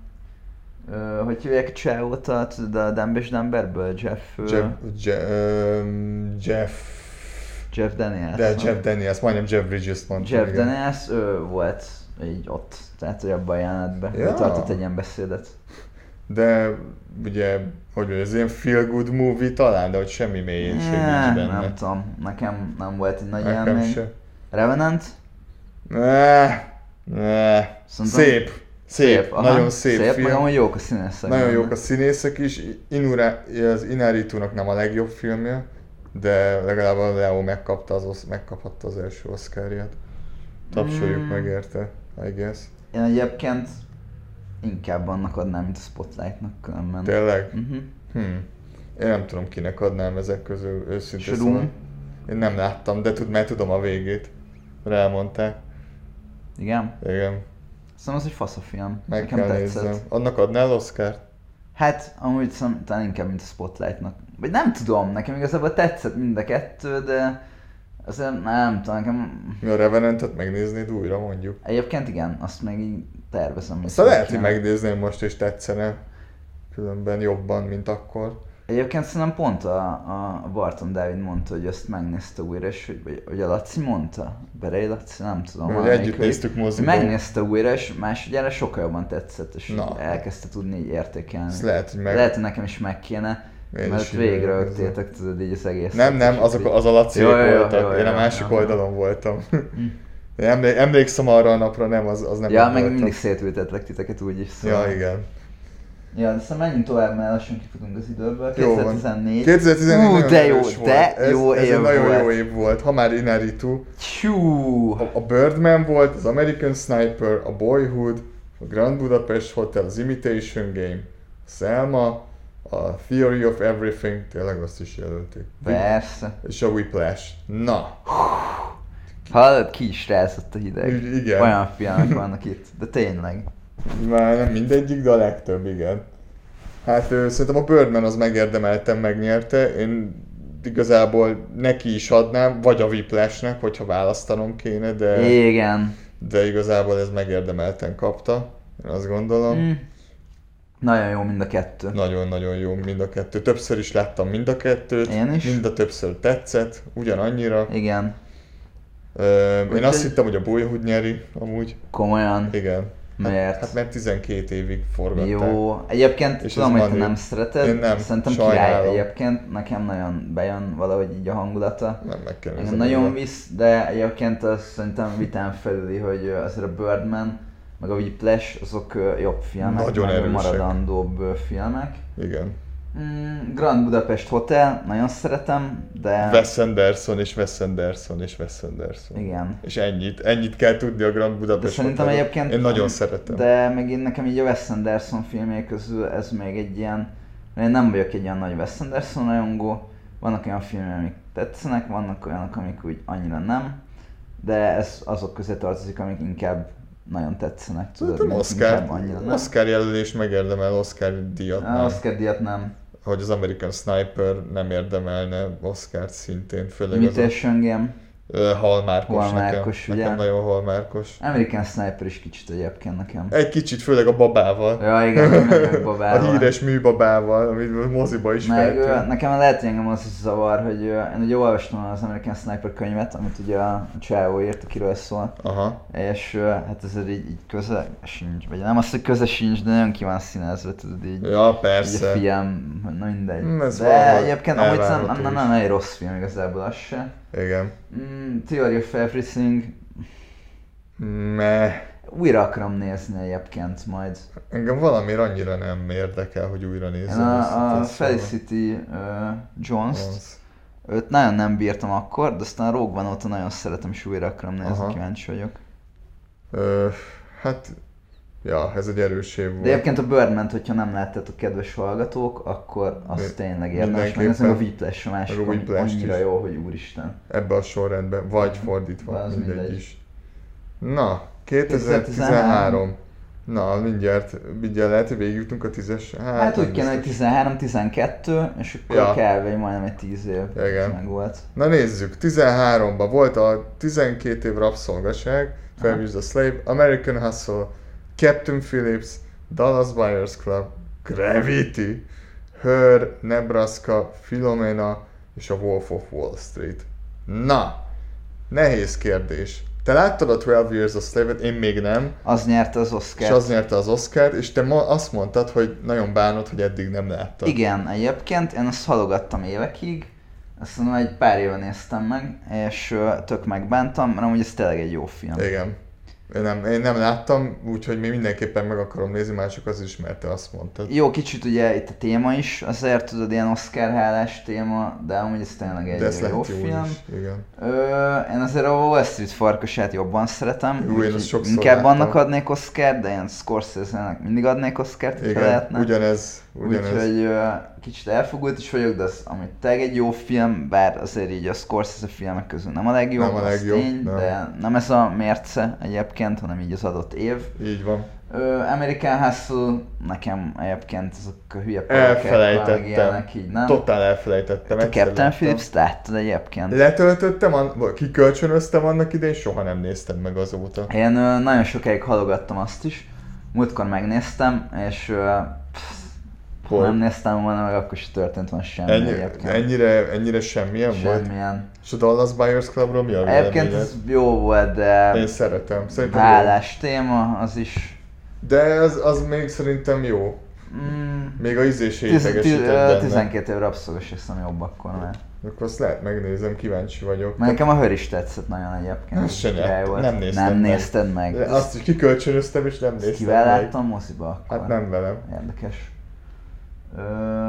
ö, hogy hívják a csávót, a, tudod, a Dumb és Dumberből, Jeff, ö, Jeff, Je, um, Jeff, Jeff Daniels. de nem? Jeff Daniels, majdnem Jeff Bridges mondtam. Jeff igen. Daniels, ő volt így ott, tehát hogy abban a jelenetben, Ja. ő tartott egy ilyen beszédet. De ugye, hogy mondjam, ez ilyen feel good movie talán, de hogy semmi mélyénység Yeah, nincs benne. nem tudom, nekem nem volt egy nagy Nekem élmény. se. Revenant? Ne, ne. Szerintem- Szép, szép, aha, nagyon szép, szép, film. meg amúgy jók a színészek. Nagyon benne. jók a színészek is. Inura, az Inarritu-nak nem a legjobb filmje, de legalább a Leo megkapta az, osz- megkaphatta az első Oscarját. Tapsoljuk Mm. meg érte, I guess. Én egyébként inkább annak adnám, mint a Spotlightnak különben. Tényleg? Uh-huh. Hmm. Én nem tudom, kinek adnám ezek közül, őszintén Shroom? szóval. Én nem láttam, de tud, mert tudom a végét. Mert elmondták. Igen? Igen, Szerintem az egy fasz a film. meg Nekem kell tetszett. nézzem. Annak adnál Oscart? Hát, amúgy szerintem talán inkább, mint a Spotlightnak. Vagy nem tudom, nekem igazából tetszett mind a kettő, de azért nem tudom, nekem... Mi a Revenantet megnéznéd újra, mondjuk. Egyébként igen, azt még így tervezem. Aztán lehet, hogy megcsinálni. megnézném most és tetszene. Különben jobban, mint akkor. Egyébként szerintem pont a, a Barton David mondta, hogy ezt megnézte újra, és hogy, vagy, vagy a Laci mondta, Berei Laci, nem tudom. Hogy valamelyik, együtt hogy- néztük hogy moziban. megnézte újra, és másodjára sokkal jobban tetszett, és Na. elkezdte tudni így értékelni. Ez lehet, hogy meg... Lehet, hogy nekem is meg kéne, Én mert is így végre megnézem. ögtétek, tudod így az egész. Nem, nem, azok, az a Laciék Jó, jó, jó, voltak. jó, Én a jó, másik jó, jó. oldalon voltam. Én emlé- emlékszem arra a napra, nem, az, az nem Ja, ott meg voltam. mindig szétültetlek titeket úgyis, szóval. Ja, igen. Ja, de szóval menjünk tovább, mert lassan kifutunk az időből. Jó van. kétezer-tizennégy. kétezer-tizennégy Ú, nagyon de jó, erős de volt. Ez, jó ez év egy nagyon volt. jó év volt. Ha már Inarritu. Tyú! A, a Birdman volt, az American Sniper, a Boyhood, a Grand Budapest Hotel, az Imitation Game, a Selma, a Theory of Everything, tényleg azt is jelölték. Persze. És a Whiplash. Na, Hallod, ki is rázott a hideg. I- igen. Olyan filmek vannak itt, de tényleg. már nem mindegyik, de a legtöbb, igen. Hát ö, szerintem a Birdman az megérdemelten megnyerte. Én igazából neki is adnám, vagy a Whiplashnek, hogyha választanom kéne, de, Igen. de igazából ez megérdemelten kapta. Én azt gondolom. Mm. Nagyon jó mind a kettő. Nagyon-nagyon jó mind a kettő. Többször is láttam mind a kettőt. Én is. Mind a többször tetszett, ugyanannyira. Igen. Ö, én Úgyhogy- azt hittem, hogy a Boyhood nyeri, amúgy. Komolyan. Igen. Miért? Hát, hát mert tizenkét évig forgatták. Jó. Egyébként És tudom, ez hogy te manő. nem szereted. Én nem, Szerintem sajnálom. király egyébként. Nekem nagyon bejön valahogy így a hangulata. Nem meg kell Engem nézni nagyon újra. visz, de egyébként az szerintem vitán felüli, hogy azért a Birdman meg a Whiplash azok ö, jobb filmek, Nagyon meg erősek. maradandóbb ö, filmek. Igen. Mm, Grand Budapest Hotel, nagyon szeretem, de... Wes Anderson és Wes Anderson és Wes Anderson. Igen. És ennyit. Ennyit kell tudni a Grand Budapest De szerintem Hotelról. egyébként... Én nagyon szeretem. De megint nekem így a Wes Anderson filmjei közül ez még egy ilyen... Én nem vagyok egy ilyen nagy Wes Anderson rajongó. Vannak olyan filmek, amik tetszenek, vannak olyanok, amik úgy annyira nem. De ez azok közé tartozik, amik inkább nagyon tetszenek. Tudod, Szerintem mint Oscar, inkább annyira nem. Oscar jelölés megérdemel Oscar díjat. A nem. Oscar díjat nem. Hogy az American Sniper nem érdemelne Oscart szintén, főleg az a... Imitation Game. Hallmarkos, Hallmarkos, nekem. ugye? Nekem nagyon hallmarkos. American Sniper is kicsit egyébként nekem. Egy kicsit, főleg a babával. Ja, igen, a babával. A híres műbabával, amit moziba is meg ö, feltűnt. nekem lehet, hogy engem az is zavar, hogy ö, én ugye olvastam az American Sniper könyvet, amit ugye a Csávó írt, akiről szól. Aha. És ö, hát ezért így, így köze sincs, vagy nem azt, hogy köze sincs, de nagyon ki van színezve, tudod így. Ja, Így persze. a film, na mindegy. Mm, ez de valahogy egyébként amúgy nem, elvárható nem, is. nem egy rossz film igazából az se. Igen. Mm, Theory of Everything, Meh. újra akarom nézni egyébként majd. Engem valamiért annyira nem érdekel, hogy újra nézzem. Én a, a ezt, Felicity uh, Jones-t, Az. őt nagyon nem bírtam akkor, de aztán a Rogue One óta nagyon szeretem, és újra akarom nézni, Aha. kíváncsi vagyok. Ö, hát, ja, ez egy erős év volt. De egyébként a Birdman-t, hogyha nem láttátok, kedves hallgatók, akkor az Mi- tényleg érdemes mindenképpen. megnézni, meg a Whiplash a másik, Meg a ami Whiplash-t annyira is. jó, hogy úristen. Ebbe a sorrendben, vagy fordítva, Az mindegy, mindegy. is. Na, kétezer-tizenhárom. Na, mindjárt, mindjárt lehet, hogy végigjutunk a tízes. Hát, Hát nem úgy kéne, hogy biztos. tizenhárom tizenkettő, és akkor Ja. kb. Majdnem egy tíz év. Igen. Meg volt. Na nézzük, tizenháromban volt a tizenkét év rabszolgaság, Twelve Years a Slave, American Hustle, Captain Phillips, Dallas Buyers Club, Gravity, Her, Nebraska, Philomena és a Wolf of Wall Street. Na, nehéz kérdés. Te láttad a Twelve Years a Slave-et, én még nem, Az nyerte az és Oscart. az nyerte az Oscart, és te ma azt mondtad, hogy nagyon bánod, hogy eddig nem láttad. Igen, egyébként én azt halogattam évekig, azt mondom, egy pár éve néztem meg, és ö, tök megbántam, mert amúgy ez tényleg egy jó film. Igen. Én nem, én nem láttam, úgyhogy még mindenképpen meg akarom nézni, már csak az is, mert te azt mondtad. Jó, kicsit ugye itt a téma is, azért tudod, ilyen Oscar hálás téma, de amúgy ez tényleg egy De ez jó lehet jó film. is. Igen. Ö, én azért a Wall Street farkasát jobban szeretem, Ú, én úgyhogy azt sokszor inkább láttam. annak adnék Oscar, de én Scorsese-nek mindig adnék Oscart, hogyha Igen, lehetne. ugyanez, ugyanez. Úgyhogy ö, kicsit elfogult is vagyok, de az, amit tényleg egy jó film, bár azért így a Scorsese filmek közül nem a legjobb, Nem a legjobb, az tény, nem. de nem ez a mérce egyébként, hanem így az adott év. Így van. Ö, American Hustle, nekem egyébként azok a hülye parakák, meg Elfelejtettem. ilyenek így, nem? Totál elfelejtettem. A egyszer Captain láttam. Phillips láttad egyébként? Letöltöttem, an- kikölcsönöztem annak idején, soha nem néztem meg azóta. Én ö, nagyon sokáig halogattam azt is, múltkor megnéztem, és ö, pff, ha Hol? nem néztem volna meg, akkor se történt volna semmi Ennyi, egyébként. ennyire, ennyire semmilyen volt? Semmilyen. És a Dallas Buyers Clubról mi a Egyébként véleményed? ez jó volt, de Én szeretem. Szerintem jó. hálás téma, az is... De az, az még szerintem jó. Mm, Még a izés tiz- hétegesített tiz- benne. ö, tizenkét év rabszolgas, és nem jobb akkor már. Akkor azt lehet megnézem, kíváncsi vagyok. Mert nekem a Hör is tetszett nagyon egyébként. Azt se Király láttam, volt. nem néztem Nem meg. nézted meg. De azt is kikölcsönöztem és nem néztem Kivel meg. láttam moziba akkor? Hát nem velem. Érdekes. Ö...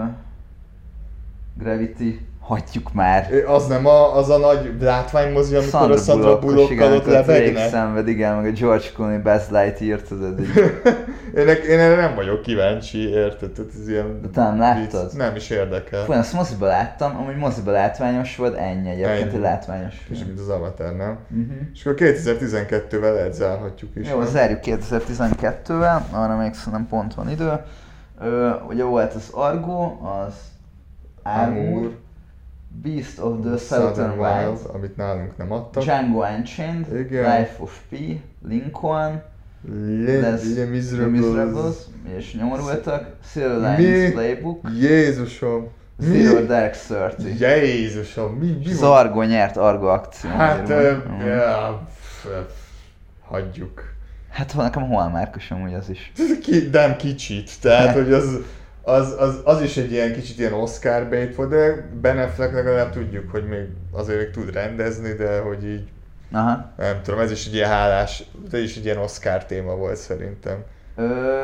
Gravity, hagyjuk már. É, Az nem a, az a nagy látványmozi, amikor a Sandra Bullockkal ott lebegnek? Szenved, igen, meg a George Clooney, Buzz Lightyear, tudod így. én, én erre nem vagyok kíváncsi, érted? Tehát ez ilyen... De te nem láttad? vicc. Nem is érdekel. Fú, én azt moziba láttam, amúgy moziba látványos volt, ennyi egyébként, Ennyi. egy látványos És film. mint az Avatar, nem? Uh-huh. És akkor kétezer-tizenkettővel lehet zárhatjuk is. Jó, nem? zárjuk kétezer-tizenkettővel, arra még szerintem pont van idő. Ö, ugye volt az Argo, az Armor, Beast of the Southern Wild, amit nálunk nem adtak. Django Unchained, Igen. Life of Pi, Lincoln, Le, Les Le The Miserables. Miserables, és nyomorultak, Silver Mi? Linings Playbook, Jézusom! Zero Dark Thirty. Jézusom! Mi, mi Az van? Argo nyert, Argo akció. Hát, azért ö, mondom. ja, pff, pff, hagyjuk. Hát nekem Hallmarkos amúgy az is. Ki, nem kicsit, tehát hogy az, az, az, az is egy ilyen kicsit ilyen Oscar bait volt, de Ben Affleck legalább tudjuk, hogy még azért még tud rendezni, de hogy így Aha. nem tudom, ez is egy ilyen hálás, ez is egy ilyen Oscar téma volt szerintem. Ö...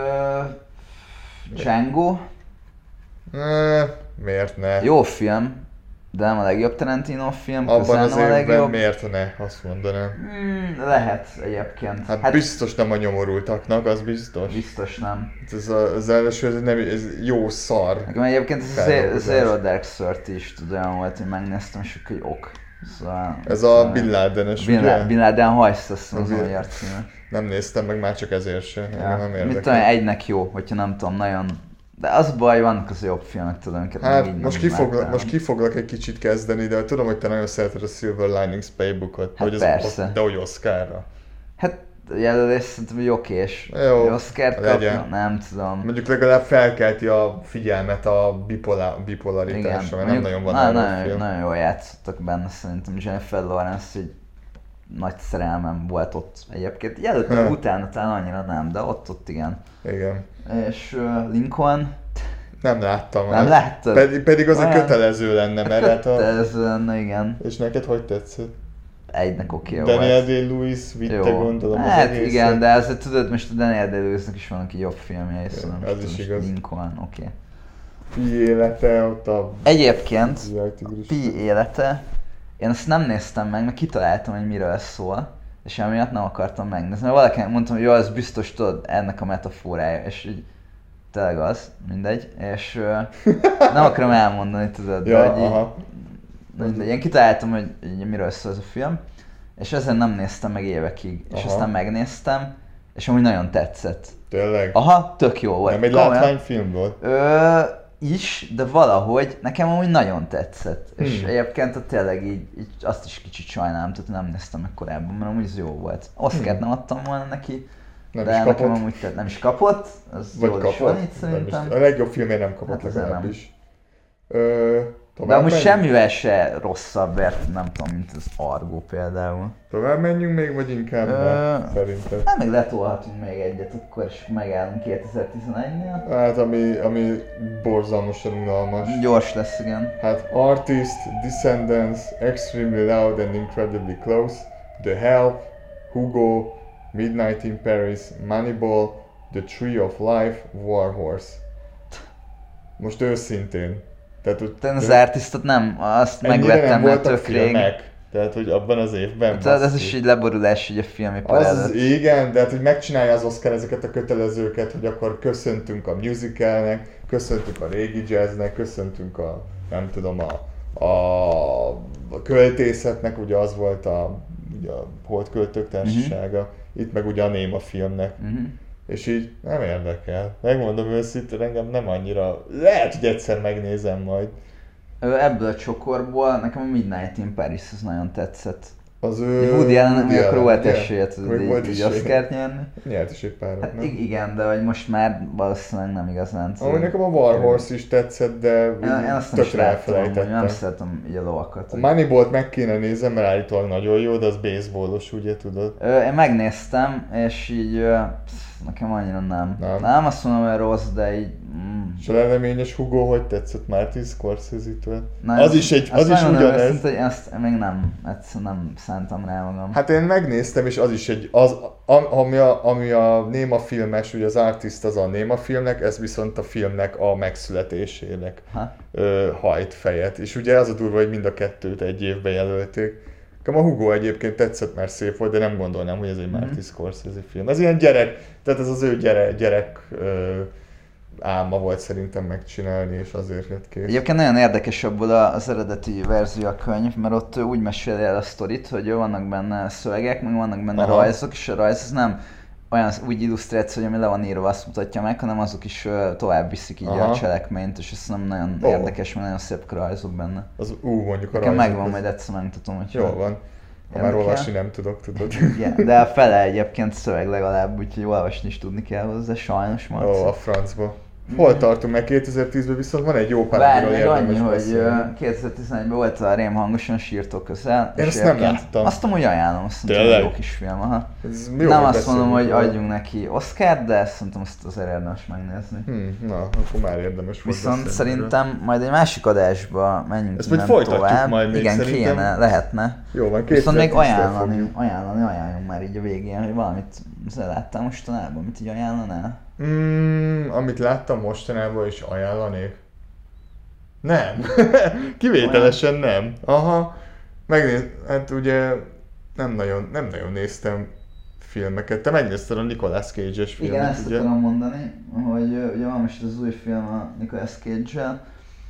Django. E, miért ne? Jó film, de nem a legjobb Tarantino film, Abban közel az nem a évben legjobb. miért ne, azt mondanám. Hmm, lehet egyébként. Hát, hát biztos nem a nyomorultaknak, az biztos. Biztos nem. Ez a, az első, ez, nem, ez jó szar. Nekem egyébként ez a Feldolgozás. Zero Dark Thirty is tud olyan volt, hogy megnéztem, és akkor hogy ok. Szóval, Ez a Bin Laden-es, Bin, ugye? Bin Laden hajsz, azt mondom, az Azért. magyar címe. Nem néztem meg már csak ezért sem, Ja. engem nem Mit érdekel. tudom, egynek jó, hogyha nem tudom, nagyon De az baj, vannak az jobb filmek, tudom, amiket Hát így most, nem kifoglak, láttam. most kifoglak egy kicsit kezdeni, de tudom, hogy te nagyon szereted a Silver Linings Playbookot, Hát hogy persze. Az, de hogy Oscarra. Hát jelölés szerintem egy okés. Jó, Hogy Oscart legyen. kapna, nem tudom. Mondjuk legalább felkelti a figyelmet a bipola, bipolaritásra, mert nem nagyon van na, arról nagyon, film. nagyon jól játszottak benne, szerintem Jennifer Lawrence egy nagy szerelmem volt ott egyébként. Jelöltek Ha. utána talán annyira nem, de ott-ott igen. Igen. És uh, Lincoln, Nem láttam. nem láttad? Pedig, pedig az egy Olyan- kötelező lenne, mert hát a... Ez lenne, igen. És neked hogy tetszett? Egynek oké okay, Daniel volt. Day-Lewis vitte Jó. gondolom az Hát egészet. igen, de azért tudod, most a Daniel Day-Lewisnek is vannak így jobb filmjei, szóval az most is most igaz. Lincoln, oké. Okay. Pi élete, ott a... Egyébként, Jaj, tigris. Pi élete, én azt nem néztem meg, mert kitaláltam, hogy miről szól, és emiatt nem akartam megnézni. Mert valakinek mondtam, hogy jó, az biztos tudod, ennek a metaforája, és így tényleg az, mindegy, és uh, nem akarom elmondani, tudod, Ja, de hogy így, aha. mindegy, én kitaláltam, hogy így, miről szól ez a film, és ezen nem néztem meg évekig, és Aha. aztán megnéztem, és amúgy nagyon tetszett. Tényleg? Aha, tök jó volt. Nem egy Komolyan. látványfilm volt? Ö, is, de valahogy nekem amúgy nagyon tetszett. Hmm. És Hmm. egyébként tényleg így, így azt is kicsit sajnálom, tehát nem néztem meg korábban, mert amúgy ez jó volt. Oscart Hmm. nem adtam volna neki, Nem de is nekem kapott? amúgy tett, nem is kapott, az Vagy jól is kapott? van itt Nem szerintem. is. A legjobb filmért nem kapott Hát azért legalábbis. Ö, De tovább amúgy menjünk? semmivel se rosszabb, mert nem tudom, mint az Argo például. Tovább menjünk még, vagy inkább Ö, nem, szerintem. Hát még letolhatunk még egyet, akkor is megállunk kétezer-tizenegynél. Hát ami, ami borzalmasan unalmas. Gyors lesz, igen. Hát Artist, Descendants, Extremely Loud and Incredibly Close, The Help, Hugo, Midnight in Paris, Moneyball, The Tree of Life, War Horse. Most őszintén. Tehát, hogy Te az Artistot nem, azt ennyire megvettem, nem mert voltak tök rég. filmek. Tehát, hogy abban az évben. Tehát ez basszus. is így leborulás így a filmipar Az előtt. igen, de hát, hogy megcsinálja az Oscar ezeket a kötelezőket, hogy akkor köszöntünk a musicalnek, köszöntünk a régi jazznek, köszöntünk a, nem tudom, a, a, a költészetnek, ugye az volt a, ugye a Holt Költők Társasága, uh-huh. Itt meg ugye a Néma filmnek. Uh-huh. És így nem érdekel. Megmondom őszintén, engem nem annyira, lehet, hogy egyszer megnézem majd. Ö, Ebből a csokorból nekem a Midnight in Paris az nagyon tetszett. Az ő... Woody Allen, Woody akkor Allen, volt igen. esélye, tudod, Meg így, volt így esélye. Oscart nyerni. Nyert is egy párat, Hát nem? ig- igen, de hogy most már valószínűleg nem igazán. Ahogy nekem a War Horse is tetszett, de Én, én azt nem is tökre láttam, hogy elfelejtettem. nem szeretem így a lovakat. A Moneyballt meg kéne nézem, mert állítólag nagyon jó, de az baseballos, ugye tudod? Ö, én megnéztem, és így ö, psz, nekem annyira nem. Nem. Nem azt mondom, hogy rossz, de így... Mm. És a leleményes Hugo, hogy tetszett Martin Scorsese-től? Na, Az ez- is egy, azt az is megmondom ugyanez. őszintén, hogy ezt még nem, egyszerűen nem szántam rá magam. Hát én megnéztem, és az is egy, az, am- ami, a, ami a néma filmes, ugye az Artist az a néma filmnek, ez viszont a filmnek a megszületésének Ha? ö, hajt fejet. És ugye az a durva, hogy mind a kettőt egy évben jelölték. Nekem a Hugo egyébként tetszett, mert szép volt, de nem gondolnám, hogy ez egy Martin Scorsese film. Ez ilyen gyerek, tehát ez az ő gyere, gyerek ö, álma volt szerintem megcsinálni, és azért lett kész. Egyébként nagyon érdekes abból az eredeti verzió a könyv, mert ott úgy meséli el a sztorit, hogy vannak benne szövegek, meg vannak benne Aha. rajzok, és a rajz az nem olyan úgy illusztráció, hogy ami le van írva, azt mutatja meg, hanem azok is ö, tovább viszik így Aha. a cselekményt, és ez nem nagyon Ó. érdekes, mert nagyon szép rajzok benne. Az ú, mondjuk a Nekem rajzok. megvan, az- majd egyszer megmutatom, hogy Jó van. Ha már Érdekel? olvasni nem tudok, tudod. Igen, de a fele egyébként szöveg legalább, úgyhogy olvasni is tudni kell hozzá, sajnos, Marci. Ó, a francba. Hol tartunk meg? kétezer-tízben viszont van egy jó pár, Várj, amiről még annyi, érdemes hogy beszélni. ö, kétezer-tizenegyben volt a Rém hangosan sírtok közel. Én és azt nem egyébként láttam. Azt amúgy ajánlom, azt szerintem Tényleg? jó kis film, aha. Ez jó, Nem hogy azt mondom, hogy beszélünk róla. adjunk neki Oscar, de szerintem azt azért érdemes megnézni. Hm, na, akkor már érdemes volt Viszont beszélni róla. szerintem majd egy másik adásba menjünk Ezt majd innen folytatjuk tovább. majd még Igen, szerintem. kéne, lehetne. Jó van, Viszont még kétezer-tíztől ajánlani, fogjuk. ajánlani, ajánljunk már így a végén, hogy valamit azért láttál mostanában, amit így ajánlanál? Mm, amit láttam mostanában is ajánlanék? Nem. Kivételesen nem. Aha. Megnéz... Hát ugye nem nagyon, nem nagyon néztem filmeket. Te megnézted a Nicolas Cage-es filmet, Igen, ezt ugye? akarom mondani, hogy ö, ugye van most az új film a Nicolas Cage-el,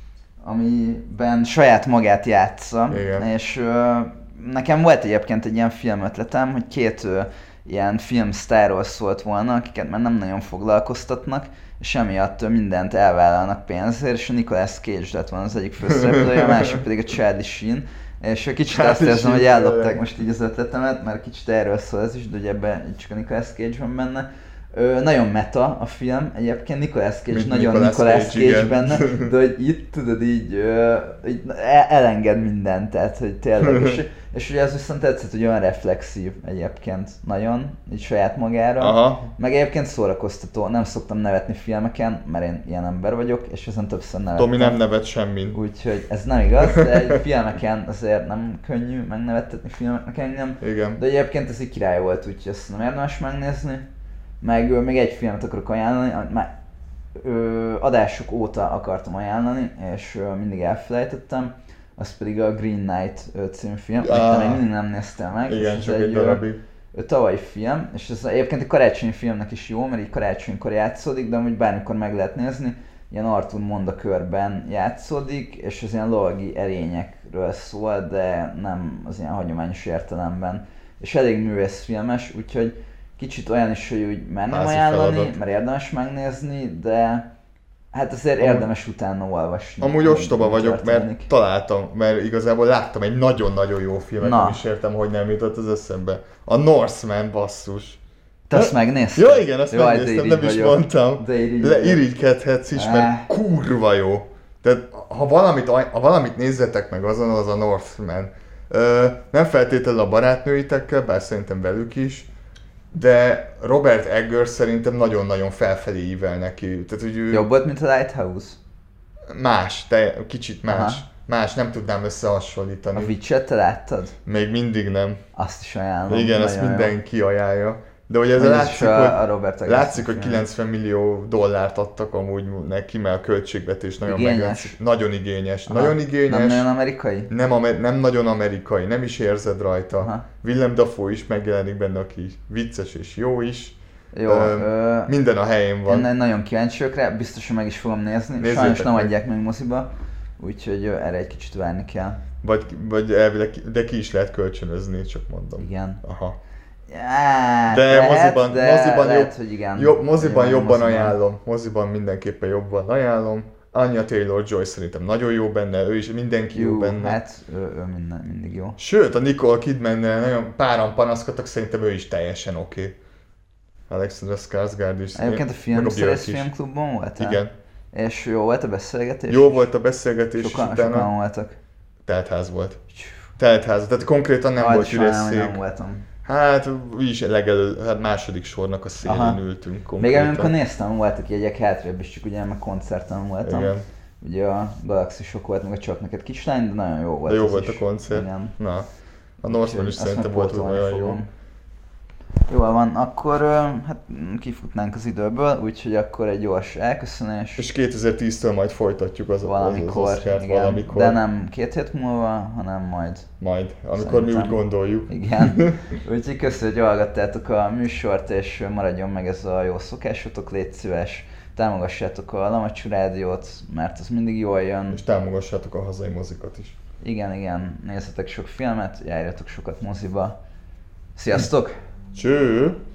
amiben saját magát játsza, Igen. és ö, nekem volt egyébként egy ilyen filmötletem, hogy két ö, ilyen filmsztárról szólt volna, akiket már nem nagyon foglalkoztatnak, és emiatt mindent elvállalnak pénzért, és a Nicolas Cage lett volna az egyik főszereplője, a másik pedig a Charlie Sheen, és kicsit azt érzem, hogy ellopták most így az ötletemet, mert kicsit erről szól ez is, de ugye ebben csak a Nicolas Cage van benne. Ö, nagyon meta a film, egyébként Nicolas Cage, Mint nagyon Nicolas Nicolas Cage, Cage igen. benne, de hogy itt tudod így, ö, így elenged mindent, tehát hogy tényleg, és, és ugye ez viszont tetszett, hogy olyan reflexív egyébként nagyon, így saját magára, Aha. meg egyébként szórakoztató, nem szoktam nevetni filmeken, mert én ilyen ember vagyok, és ezen többször nevettem. Tomi nem nevet semmin. Úgyhogy ez nem igaz, de egy filmeken azért nem könnyű megnevettetni filmeknek engem. Igen. De egyébként ez így király volt, úgyhogy ezt nem érdemes megnézni. Meg ö, még egy filmet akarok ajánlani, amit már ö, adások óta akartam ajánlani, és ö, mindig elfelejtettem. Az pedig a Green Knight ö, című film, amit Ah. te még mindig nem néztél meg. Igen, és csak ez egy ö, darabig. ö, tavalyi film, és ez egyébként egy karácsonyi filmnek is jó, mert így karácsonykor játszódik, de amúgy bármikor meg lehet nézni. Ilyen Arthur Monda körben játszódik, és az ilyen lovagi erényekről szól, de nem az ilyen hagyományos értelemben. És elég művészfilmes, úgyhogy kicsit olyan is, hogy úgy már nem Házi ajánlani, feladat. mert érdemes megnézni, de hát azért Amúgy- érdemes utána olvasni. Amúgy hogy ostoba mi vagyok, történik. mert találtam, mert igazából láttam egy nagyon-nagyon jó filmet, Na. nem is értem, hogy nem jutott az eszembe. A Northman, basszus. Te azt megnézted? Ja igen, azt Jaj, de megnéztem, irigy nem is vagyok. mondtam. De irigy Le, vagyok. irigykedhetsz is, mert Ah. kurva jó. Tehát ha valamit, ha valamit nézzetek meg azon, az a Northman. Ö, nem feltétlenül a barátnőitekkel, bár szerintem velük is, de Robert Eggers szerintem nagyon-nagyon felfelé ível neki. Tehát, hogy ő Jobb volt, mint a Lighthouse? más, te, kicsit más. Aha. Más, nem tudnám A összehasonlítani. Witcher-t te láttad? Még mindig nem. Azt is ajánlom. Igen, ezt nagyon jó. mindenki ajánlja. De hogy ez Ez is látszik, a- hogy, a Robert Eggers látszik, hogy film. kilencven millió dollárt adtak amúgy neki, mert a költségvetés nagyon Igényes. meglátszik. Nagyon igényes. Aha. Nagyon igényes. Nem nagyon amerikai? Nem, amer- nem nagyon amerikai, nem is érzed rajta. Aha. Willem Dafoe is megjelenik benne, aki vicces és jó is. Jó, Öm, ö, Minden a helyén van. én nagyon kíváncsi vagyok rá, biztosan meg is fogom nézni. Nézzétek Sajnos nem meg. adják meg moziba, úgyhogy ö, erre egy kicsit várni kell. Vagy, vagy elvileg, ki- de ki is lehet kölcsönözni, csak mondom. Igen. Aha. Já, De lehet, moziban, de moziban, lehet, jobb, hogy igen. jobb, moziban Jó, jobban moziban. ajánlom. Moziban mindenképpen jobban ajánlom. Anya Taylor-Joy szerintem nagyon jó benne, ő is mindenki jó, Jó, benne. hát ő, ő minden, mindig jó. Sőt, a Nicole Kidman-nel nagyon páran panaszkodtak, szerintem ő is teljesen oké. Okay. Alexandra Skarsgård is. Egyébként a meg film Björk Szerez is. filmklubban voltál? Igen. És jó volt a beszélgetés? Jó volt a beszélgetés, és Sokan, utána sokan voltak. teltház volt. Teltház, tehát konkrétan nem Aj, volt üres sajnálom, hogy szék. nem voltam. Hát, mi is legelő, hát második sornak a szélén Aha. ültünk Még konkrétan. amikor néztem, voltak jegyek hátrébb is, csak ugye meg koncerten voltam. Igen. Ugye a Galaxisok volt, meg a Csak neked kislány, de nagyon jó volt De jó az volt is. a koncert. Igen. Na, a Northman is Úgyhogy szerintem azt volt megpótolni olyan jó. fogom. Jól van, akkor ö, hát mm, kifutnánk az időből, úgyhogy akkor egy gyors elköszönés. És kétezer-tíztől majd folytatjuk az, valamikor, az Oscart, igen. valamikor. De nem két hét múlva, hanem majd. Majd, amikor mi Szerintem. úgy gondoljuk. Igen. Úgyhogy köszönjük, hogy hallgattátok a műsort, és maradjon meg ez a jó szokásotok, légy szíves. Támogassátok a Lamacsú Rádiót, mert az mindig jól jön. És támogassátok a hazai mozikat is. Igen, igen, nézzetek sok filmet, járjatok sokat moziba. Sziasztok! Cső!